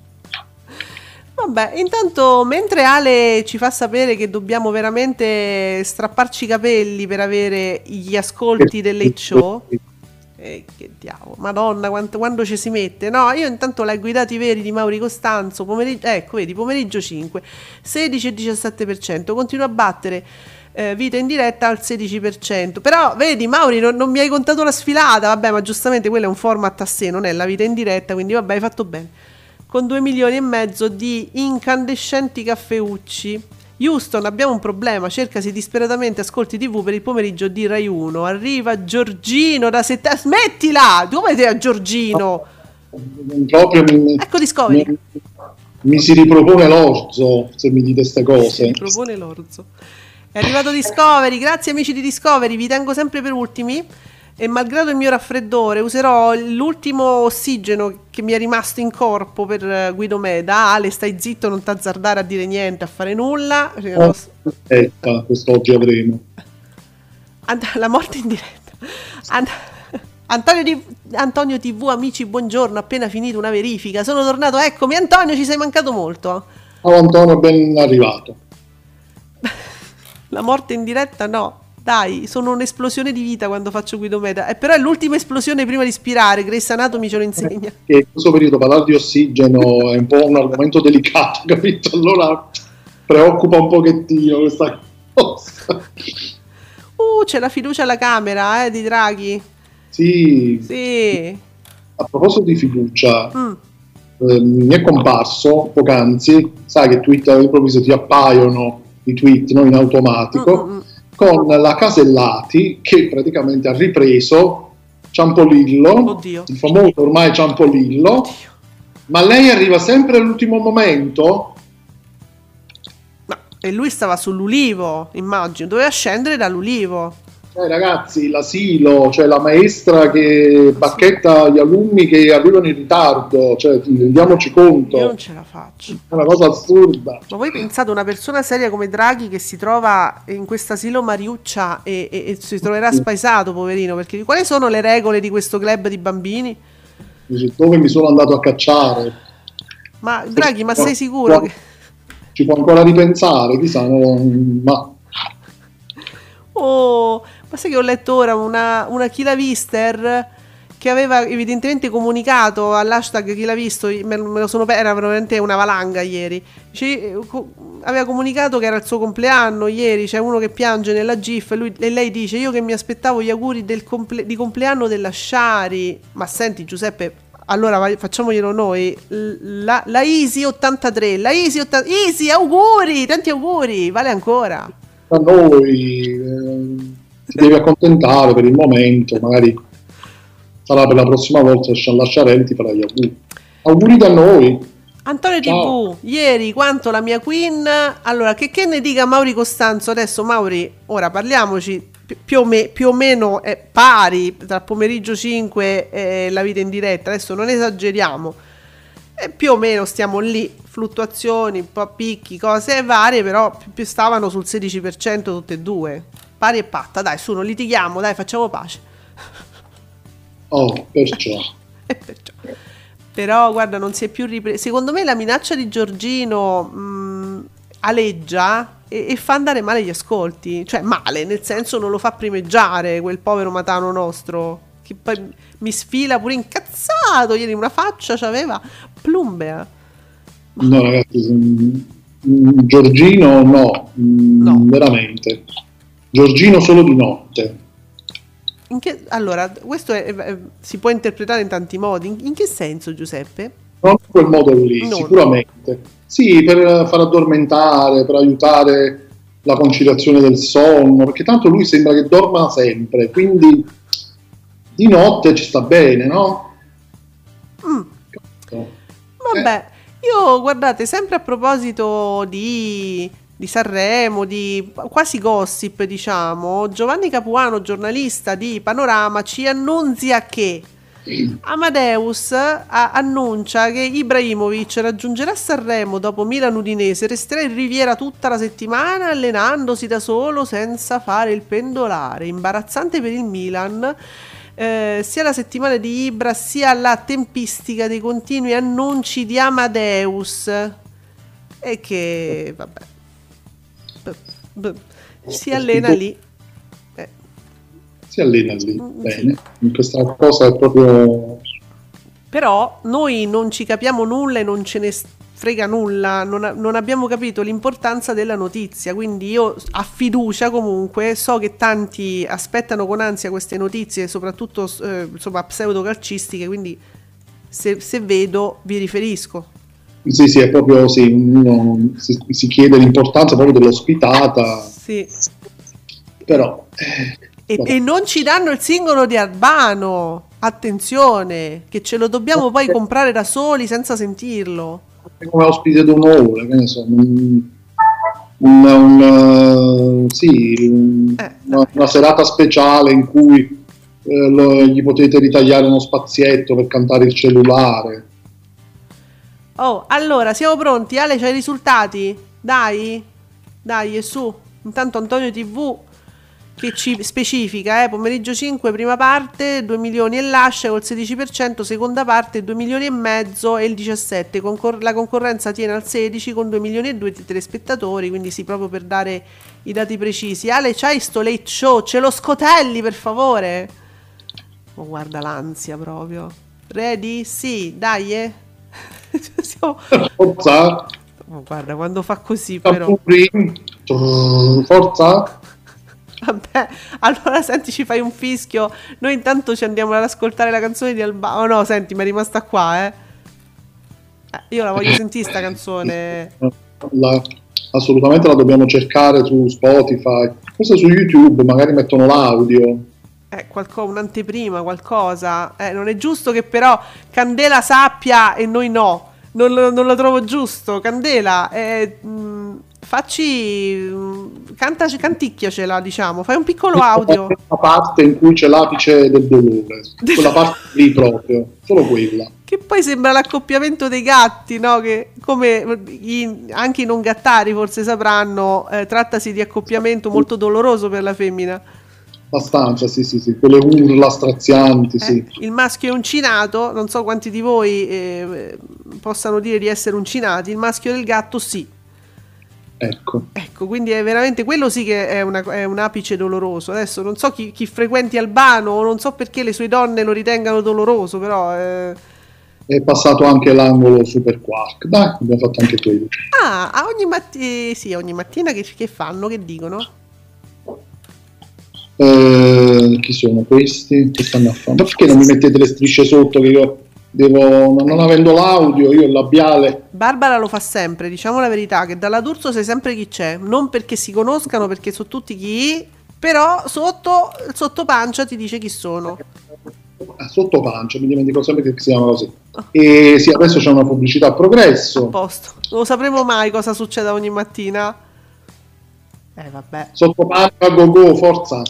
Vabbè, intanto mentre Ale ci fa sapere che dobbiamo veramente strapparci i capelli per avere gli ascolti del Late Show, eh, che diavolo, madonna quanto, quando ci si mette, no, io intanto leggo i dati veri di Mauri Costanzo, pomeriggio, ecco vedi, pomeriggio cinque, sedici e diciassette per cento, continua a battere eh, Vita in diretta al sedici per cento, però vedi Mauri non, non mi hai contato la sfilata, vabbè, ma giustamente quello è un format a sé, non è la vita in diretta, quindi vabbè, hai fatto bene. Con due milioni e mezzo di incandescenti caffeucci. Houston, abbiamo un problema, cercasi disperatamente ascolti tivù per il pomeriggio di Rai uno. Arriva Giorgino da sette... Smettila! Come sei a Giorgino? Proprio mi, ecco Discovery. Mi, mi si ripropone l'orzo, se mi dite queste cose. Si ripropone l'orzo. È arrivato Discovery, grazie amici di Discovery, vi tengo sempre per ultimi. E malgrado il mio raffreddore userò l'ultimo ossigeno che mi è rimasto in corpo per Guido Meda. Ale, stai zitto, non t'azzardare a dire niente, a fare nulla. Oh, aspetta, quest'oggi avremo la morte in diretta. And- Antonio, di- Antonio tivù, amici, buongiorno, appena finito una verifica, sono tornato, eccomi Antonio, ci sei mancato molto. Oh Antonio, ben arrivato. La morte in diretta no. Dai, sono un'esplosione di vita quando faccio guidometa. Eh, però è l'ultima esplosione prima di spirare. Grey's Anatomy ce lo insegna. E in questo periodo parlare di ossigeno è un po' un argomento delicato, capito? Allora preoccupa un pochettino questa cosa. Uh, c'è la fiducia alla Camera, eh, di Draghi. Sì. Sì. A proposito di fiducia, Mm. eh, mi è comparso poc'anzi, sai che Twitter all'improvviso ti appaiono i tweet, no, in automatico, Mm, mm, mm. con la Casellati che praticamente ha ripreso Ciampolillo, Oddio. il famoso ormai Ciampolillo, Oddio. ma lei arriva sempre all'ultimo momento. Ma, e lui stava sull'ulivo, immagino. Doveva scendere dall'ulivo. Cioè, ragazzi, l'asilo, cioè la maestra che bacchetta gli alunni che arrivano in ritardo, cioè rendiamoci conto, Io non ce la faccio. è una cosa assurda. Ma voi pensate una persona seria come Draghi che si trova in questo asilo Mariuccia e, e- e si troverà spaesato, poverino, perché quali sono le regole di questo club di bambini? Dice, dove mi sono andato a cacciare? Ma Draghi, ma sei sicuro che... Ci può ancora ripensare, chissà, no, ma Oh, ma sai che ho letto ora una, una Chi l'ha vister che aveva evidentemente comunicato all'hashtag Chi l'ha visto, me, me lo sono per- era veramente una valanga ieri. Dice, eh, co- aveva comunicato che era il suo compleanno ieri, c'è uno che piange nella GIF e, lui- e lei dice io che mi aspettavo gli auguri del comple- di compleanno della Sciari. Ma senti Giuseppe, allora vai- facciamoglielo noi. L- La, la Easy ottantatré, la Easy ottanta Easy, auguri, tanti auguri, vale ancora. a noi eh, si deve accontentare per il momento, magari sarà per la prossima volta la Sciarelli ti farà gli auguri. Auguri da noi. Antonio Ciao. tivù, ieri quanto la mia Queen. Allora, che, che ne dica Mauri Costanzo? Adesso Mauri, ora parliamoci, pi- più o, me- più o meno è pari tra pomeriggio cinque e la vita in diretta, adesso non esageriamo, e più o meno stiamo lì, fluttuazioni, un po' a picchi, cose varie, però più, più stavano sul sedici per cento tutte e due, pari e patta, dai su, non litighiamo, dai facciamo pace. Oh, perciò. E perciò. Però guarda, non si è più ripreso. Secondo me la minaccia di Giorgino mh, aleggia e, e fa andare male gli ascolti. Cioè male, nel senso non lo fa primeggiare quel povero Matano nostro, che poi mi sfila pure incazzato. Ieri una faccia c'aveva plumbea. No ragazzi, mm, mm, Giorgino no, mm, No. veramente. Giorgino solo di notte. In che, allora, questo è- è- si può interpretare in tanti modi. In, in che senso, Giuseppe? Non in quel modo lì, No. sicuramente. Sì, per far addormentare, per aiutare la conciliazione del sonno, perché tanto lui sembra che dorma sempre, quindi di notte ci sta bene, no? Mm. Vabbè, io guardate, sempre a proposito di, di Sanremo, di quasi gossip, diciamo, Giovanni Capuano, giornalista di Panorama, ci annunzia che Amadeus a- annuncia che Ibrahimovic raggiungerà Sanremo dopo Milan Udinese, resterà in Riviera tutta la settimana allenandosi da solo senza fare il pendolare. Imbarazzante per il Milan. Eh, sia la settimana di Ibra sia la tempistica dei continui annunci di Amadeus e che vabbè b- b- si allena lì. Eh, Si allena lì, Mm, bene. Questa cosa è proprio... però noi non ci capiamo nulla e non ce ne frega nulla, non, a- non abbiamo capito l'importanza della notizia, quindi io a fiducia comunque so che tanti aspettano con ansia queste notizie, soprattutto eh, insomma pseudocalcistiche, quindi se, se vedo vi riferisco. Sì, sì, è proprio sì, uno si, si chiede l'importanza proprio dell'ospitata, Sì. però... eh, E, vabbè. e non ci danno il singolo di Albano, attenzione, che ce lo dobbiamo poi comprare da soli senza sentirlo. Come ospite d'onore, che ne so, un, un, un, eh, sì, un- Eh, una, una serata speciale in cui eh, lo- gli potete ritagliare uno spazietto per cantare il cellulare. Oh, allora, siamo pronti? Ale, c'hai i risultati? Dai, dai, e su. Intanto Antonio tivù che ci specifica, eh, pomeriggio cinque, prima parte, due milioni e lascia col sedici per cento, seconda parte due milioni e mezzo e il diciassette, Concor- la concorrenza tiene al sedici con due milioni e due di telespettatori, quindi sì, proprio per dare i dati precisi. Ale, c'hai sto late show, ce lo scotelli per favore? Oh, guarda l'ansia proprio. Ready? Sì, dai, eh. Siamo... Forza. Oh, guarda, quando fa così però... Forza. Vabbè, allora senti, ci fai un fischio. Noi intanto ci andiamo ad ascoltare la canzone di Albano. Oh no, senti, mi è rimasta qua, eh. eh io la voglio sentire sta canzone. La, assolutamente la dobbiamo cercare su Spotify. Forse su YouTube, magari mettono l'audio. Eh, qualco, un'anteprima, qualcosa. Eh, non è giusto che però Candela sappia e noi no. Non lo, non lo trovo giusto. Candela, eh, mh, facci mh, canta, canticchiacela, diciamo, fai un piccolo audio. La parte in cui c'è l'apice del dolore, quella parte lì proprio, solo quella. Che poi sembra l'accoppiamento dei gatti, no? Che come gli, anche i non gattari forse sapranno, eh, trattasi di accoppiamento molto doloroso per la femmina. Abbastanza, sì, sì, sì, quelle urla strazianti, Eh, sì. il maschio è uncinato, non so quanti di voi eh, possano dire di essere uncinati, il maschio del gatto sì. Ecco. Ecco, quindi è veramente quello sì che è, una, è un apice doloroso. Adesso non so chi, chi frequenti Albano, o non so perché le sue donne lo ritengano doloroso, però... Eh... È passato anche l'angolo Super Quark, dai, abbiamo fatto anche quello. Ah, a ogni, matti- sì, ogni mattina che, che fanno, che dicono? Eh, chi sono questi? Che stanno a fare? Ma perché non mi mettete le strisce sotto che io devo, non avendo l'audio, io il labiale. Barbara lo fa sempre, diciamo la verità, che dalla D'Urso sai sempre chi c'è, non perché si conoscano, perché sono tutti chi, però sotto, sotto pancia ti dice chi sono. Ah, sotto pancia, mi dimentico sempre che si chiama così. E sì, adesso c'è una pubblicità a progresso. A posto, non lo sapremo mai cosa succede ogni mattina. Eh vabbè. Sotto pancia, go go, forza.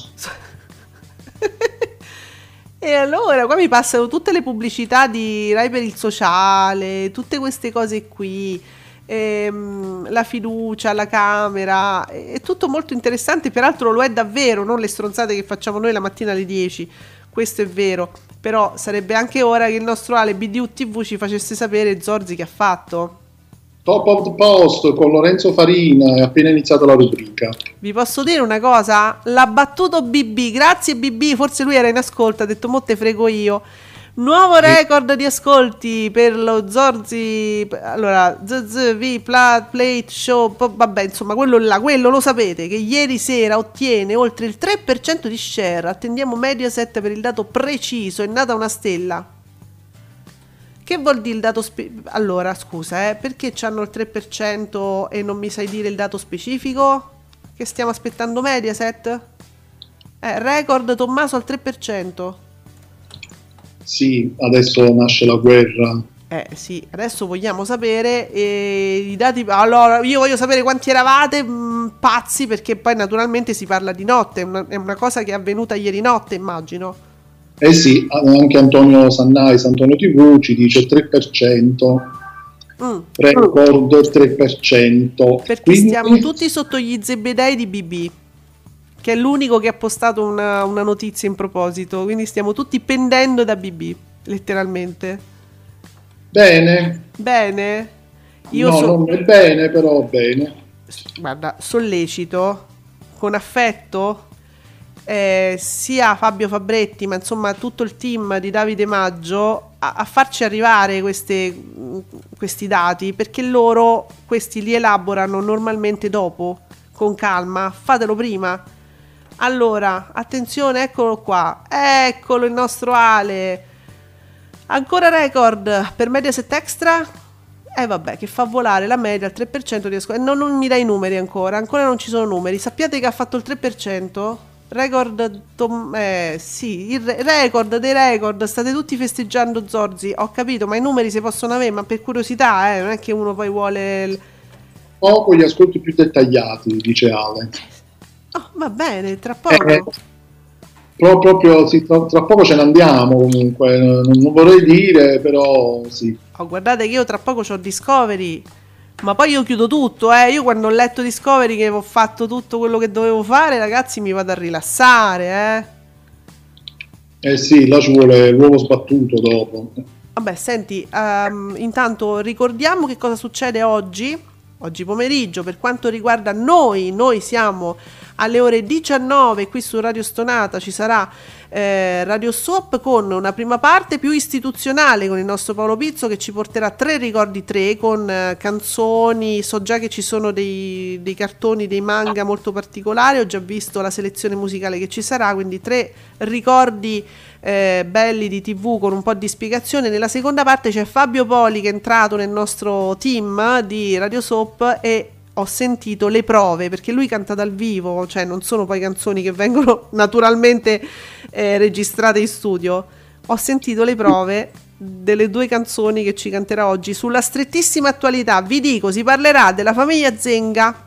E allora qua mi passano tutte le pubblicità di Rai per il sociale, tutte queste cose qui, ehm, la fiducia, la Camera, è tutto molto interessante, peraltro lo è davvero, non le stronzate che facciamo noi la mattina alle dieci, questo è vero, però sarebbe anche ora che il nostro Ale B D U T V ci facesse sapere Zorzi che ha fatto. Top of the Post con Lorenzo Farina, è appena iniziata la rubrica. Vi posso dire una cosa? L'ha battuto B B, grazie B B, forse lui era in ascolto, ha detto mo te frego io. Nuovo record di ascolti per lo Zorzi, allora Z Z V Plat, Plate Show, po- vabbè insomma quello là, quello lo sapete che ieri sera ottiene oltre il tre per cento di share, attendiamo Mediaset per il dato preciso, è nata una stella. Che vuol dire il dato spe- allora scusa eh, perché c'hanno il tre per cento e non mi sai dire il dato specifico? Che stiamo aspettando Mediaset? Eh, record Tommaso al tre per cento. Sì, adesso nasce la guerra. Eh sì, adesso vogliamo sapere eh, i dati. Allora, io voglio sapere quanti eravate mh, pazzi, perché poi naturalmente si parla di notte, è una, è una cosa che è avvenuta ieri notte, immagino. Eh sì, anche Antonio Sannais, Antonio tivù ci dice tre per cento, mm. record tre per cento. Perché quindi... stiamo tutti sotto gli zebedei di B B, che è l'unico che ha postato una, una notizia in proposito, quindi stiamo tutti pendendo da B B, letteralmente. Bene. Bene? Io no, so... non è bene, però bene. Guarda, sollecito, con affetto, eh, sia Fabio Fabretti, ma insomma tutto il team di Davide Maggio a, a farci arrivare queste, questi dati, perché loro questi li elaborano normalmente dopo, con calma, fatelo prima. Allora, attenzione, eccolo qua, eccolo il nostro Ale, ancora record per Mediaset Extra. Eh vabbè, che fa volare la media al tre per cento di ascolto. Non, non mi dai i numeri ancora, ancora non ci sono numeri. Sappiate che ha fatto il tre per cento? Record, tom- eh sì, il re- record dei record. State tutti festeggiando Zorzi, ho capito, ma i numeri si possono avere, ma per curiosità, eh, non è che uno poi vuole... Il... Poco gli ascolti più dettagliati, dice Ale. Oh, va bene, tra poco. Eh, pro- proprio, sì, tra, tra poco ce ne andiamo comunque, non, non vorrei dire, però sì. Oh, guardate che io tra poco c'ho Discovery, Ma poi io chiudo tutto, eh. Io quando ho letto Discovery che ho fatto tutto quello che dovevo fare, ragazzi, mi vado a rilassare, eh. Eh sì, là ci vuole l'uovo sbattuto dopo. Vabbè, senti, um, intanto ricordiamo che cosa succede oggi, oggi pomeriggio, per quanto riguarda noi, noi siamo alle ore diciannove qui su Radio Stonata, ci sarà eh, Radio Soap con una prima parte più istituzionale con il nostro Paolo Pizzo che ci porterà tre ricordi tre con eh, canzoni, so già che ci sono dei, dei cartoni, dei manga molto particolari, ho già visto la selezione musicale che ci sarà, quindi tre ricordi eh, belli di tivù con un po' di spiegazione. Nella seconda parte c'è Fabio Poli che è entrato nel nostro team di Radio Soap e ho sentito le prove, perché lui canta dal vivo, cioè non sono poi canzoni che vengono naturalmente eh, registrate in studio. Ho sentito le prove delle due canzoni che ci canterà oggi sulla strettissima attualità. Vi dico, si parlerà della famiglia Zenga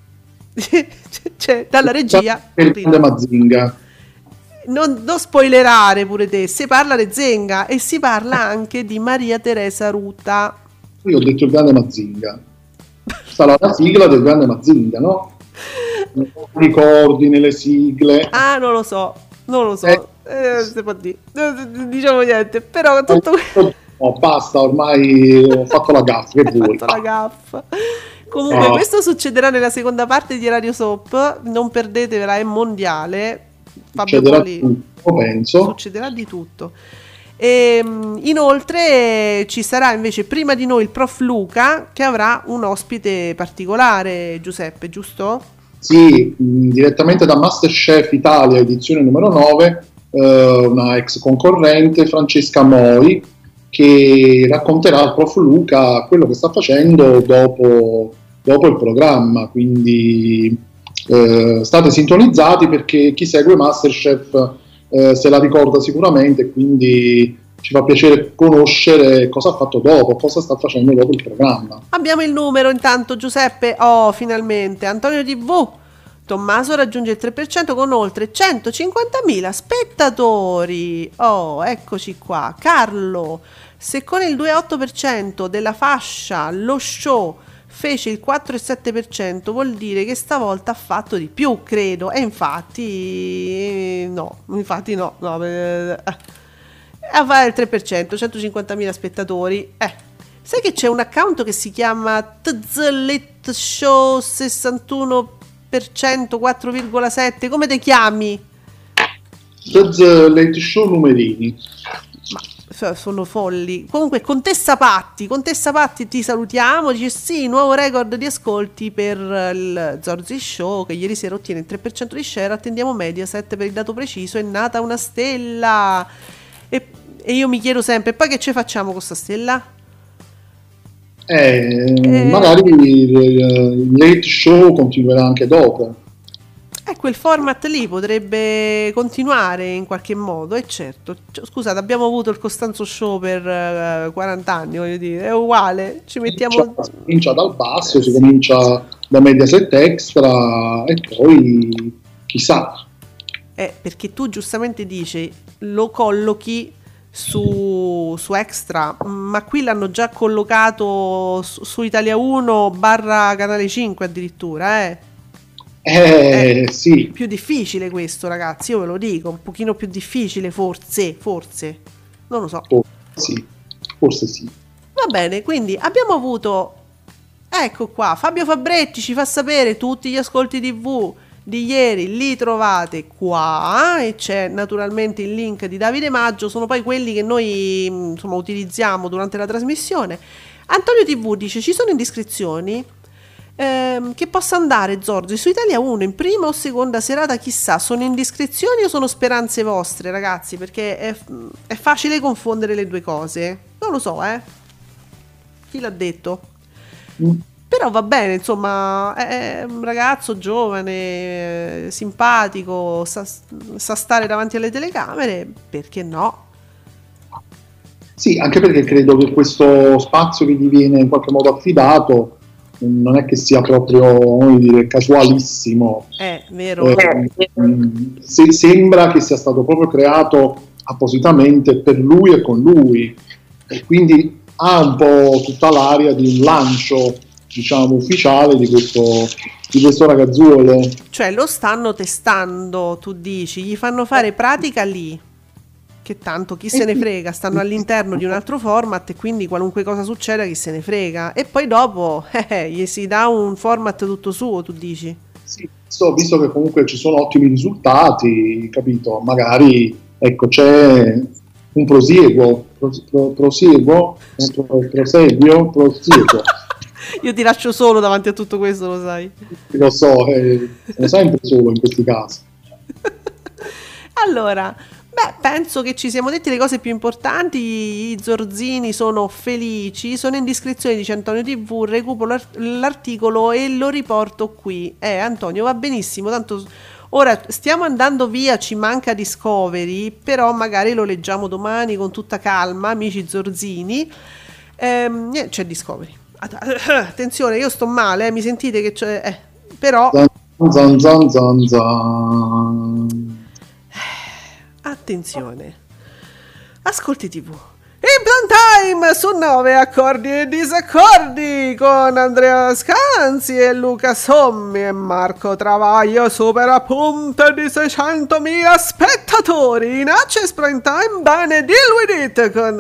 cioè, dalla regia Mazinga. Non, non spoilerare pure te, si parla di Zenga e si parla anche di Maria Teresa Ruta. Io ho detto il grande Mazinga, sarà la sigla del grande Mazinga, no? Non ricordi nelle sigle. Ah, non lo so, non lo so, eh, eh, si può dire, diciamo niente, però tutto questo... Oh, basta, ormai ho fatto la gaffa, che vuoi? Fatto la gaffa. Comunque oh. Questo succederà nella seconda parte di Radio Soap, non perdetevela, è mondiale. Fabio Succederà Poli, tutto, penso. Succederà di tutto. E, inoltre ci sarà invece prima di noi il prof Luca che avrà un ospite particolare, Giuseppe, giusto? Sì, mh, direttamente da Masterchef Italia edizione numero nove, eh, una ex concorrente, Francesca Moi, che racconterà al prof Luca quello che sta facendo dopo, dopo il programma, quindi eh, state sintonizzati perché chi segue Masterchef eh, se la ricorda sicuramente, quindi ci fa piacere conoscere cosa ha fatto dopo, cosa sta facendo dopo il programma. Abbiamo il numero intanto, Giuseppe. Oh, finalmente Antonio tivù. Tommaso raggiunge il tre per cento con oltre centocinquantamila spettatori. Oh, eccoci qua. Carlo, se con il due virgola otto per cento della fascia lo show fece il quattro virgola sette per cento, vuol dire che stavolta ha fatto di più, credo. E infatti no, infatti no, no eh, a fare il tre per cento, centocinquantamila spettatori. Eh, sai che c'è un account che si chiama T Z Late Show sessantuno per cento quattro virgola sette, come te chiami? T Z Late Show numerini. Ma sono folli. Comunque Contessa Patti, Contessa Patti ti salutiamo, dice sì, nuovo record di ascolti per il Zorzi Show che ieri sera ottiene il tre per cento di share, attendiamo Mediaset per il dato preciso, è nata una stella. E, e io mi chiedo sempre, poi che ci facciamo con sta stella? Eh, eh, magari il, il late show continuerà anche dopo. Eh, quel format lì potrebbe continuare in qualche modo, e eh, certo. Scusate, abbiamo avuto il Costanzo Show per uh, quaranta anni, voglio dire, è uguale, ci mettiamo... Si comincia dal basso, eh, si sì. comincia da Mediaset Extra e poi chissà. Eh, perché tu giustamente dici, lo collochi su, su Extra, ma qui l'hanno già collocato su, su Italia uno barra Canale cinque addirittura, eh. Eh, eh sì. Più difficile questo, ragazzi, io ve lo dico, un pochino più difficile, forse, forse, non lo so. Forse sì, forse sì. Va bene, quindi abbiamo avuto, ecco qua, Fabio Fabretti ci fa sapere tutti gli ascolti tivù di ieri, li trovate qua, e c'è naturalmente il link di Davide Maggio, sono poi quelli che noi insomma utilizziamo durante la trasmissione. Antonio tivù dice, ci sono indiscrezioni? Ehm, che possa andare Zorzi su Italia uno in prima o seconda serata, chissà, sono indiscrezioni o sono speranze vostre, ragazzi, perché è, è facile confondere le due cose, non lo so, eh chi l'ha detto? Mm. Però va bene, insomma, è un ragazzo giovane, simpatico, sa, sa stare davanti alle telecamere, perché no? Sì, anche perché credo che questo spazio che gli viene in qualche modo affidato non è che sia proprio, come dire, casualissimo. È vero. Eh, se, sembra che sia stato proprio creato appositamente per lui e con lui, e quindi ha un po' tutta l'aria di un lancio diciamo ufficiale di questo, di questo ragazzuolo. Cioè lo stanno testando, tu dici, gli fanno fare pratica lì, che tanto chi se ne frega, stanno all'interno di un altro format e quindi qualunque cosa succeda chi se ne frega, e poi dopo eh, gli si dà un format tutto suo, tu dici? Sì, visto, visto che comunque ci sono ottimi risultati, capito, magari ecco c'è un prosieguo, pros, pro, prosieguo, pro, proseguio, prosieguo. Io ti lascio solo davanti a tutto questo, lo sai. Lo so, eh, sono sempre solo in questi casi. Allora, beh, penso che ci siamo detti le cose più importanti. I Zorzini sono felici, sono in descrizione di Antonio tivù, recupero l'art- l'articolo e lo riporto qui. Eh, Antonio, va benissimo, tanto ora stiamo andando via, ci manca Discovery, però magari lo leggiamo domani con tutta calma, amici Zorzini. Ehm, c'è Discovery. Attenzione, io sto male, eh, mi sentite che c'è... Eh, però... Zan, zan, zan, zan. Attenzione. Ascolti tivù. In Plan Time su nove accordi e disaccordi con Andrea Scanzi e Luca Sommi e Marco Travaglio supera punte di seicentomila spettatori in Access Prime Time. Bene, deal with it con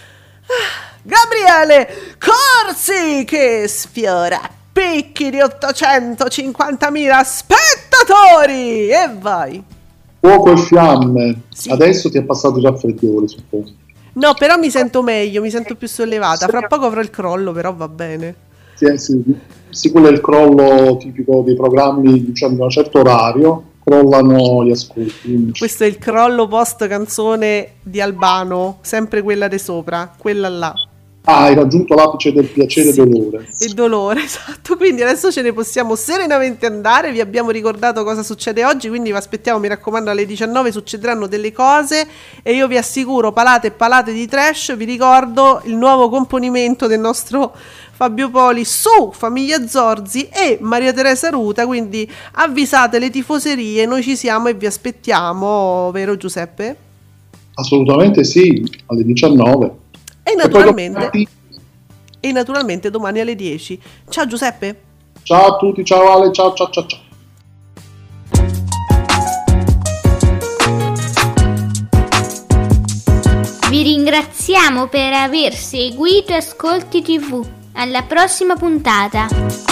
Gabriele Corsi che sfiora picchi di ottocentocinquantamila spettatori. E vai. Fuoco e fiamme. Sì. Adesso ti è passato già il freddore, suppongo. No, però mi sento meglio, mi sento più sollevata. Fra poco avrò il crollo, però va bene. Sì, sì, sì, quello è il crollo tipico dei programmi, diciamo, di un certo orario, crollano gli ascolti. Questo è il crollo post canzone di Albano, sempre quella di sopra, quella là. Ah, hai raggiunto l'apice del piacere e Sì, dolore. e dolore, esatto. Quindi adesso ce ne possiamo serenamente andare. Vi abbiamo ricordato cosa succede oggi, quindi vi aspettiamo, mi raccomando, alle diciannove succederanno delle cose e io vi assicuro palate e palate di trash. Vi ricordo il nuovo componimento del nostro Fabio Poli su Famiglia Zorzi e Maria Teresa Ruta, quindi avvisate le tifoserie, noi ci siamo e vi aspettiamo, vero Giuseppe? Assolutamente sì, alle diciannove. E naturalmente, e naturalmente domani alle dieci. Ciao Giuseppe. Ciao a tutti, ciao Ale, ciao ciao ciao ciao. Vi ringraziamo per aver seguito Ascolti tivù. Alla prossima puntata.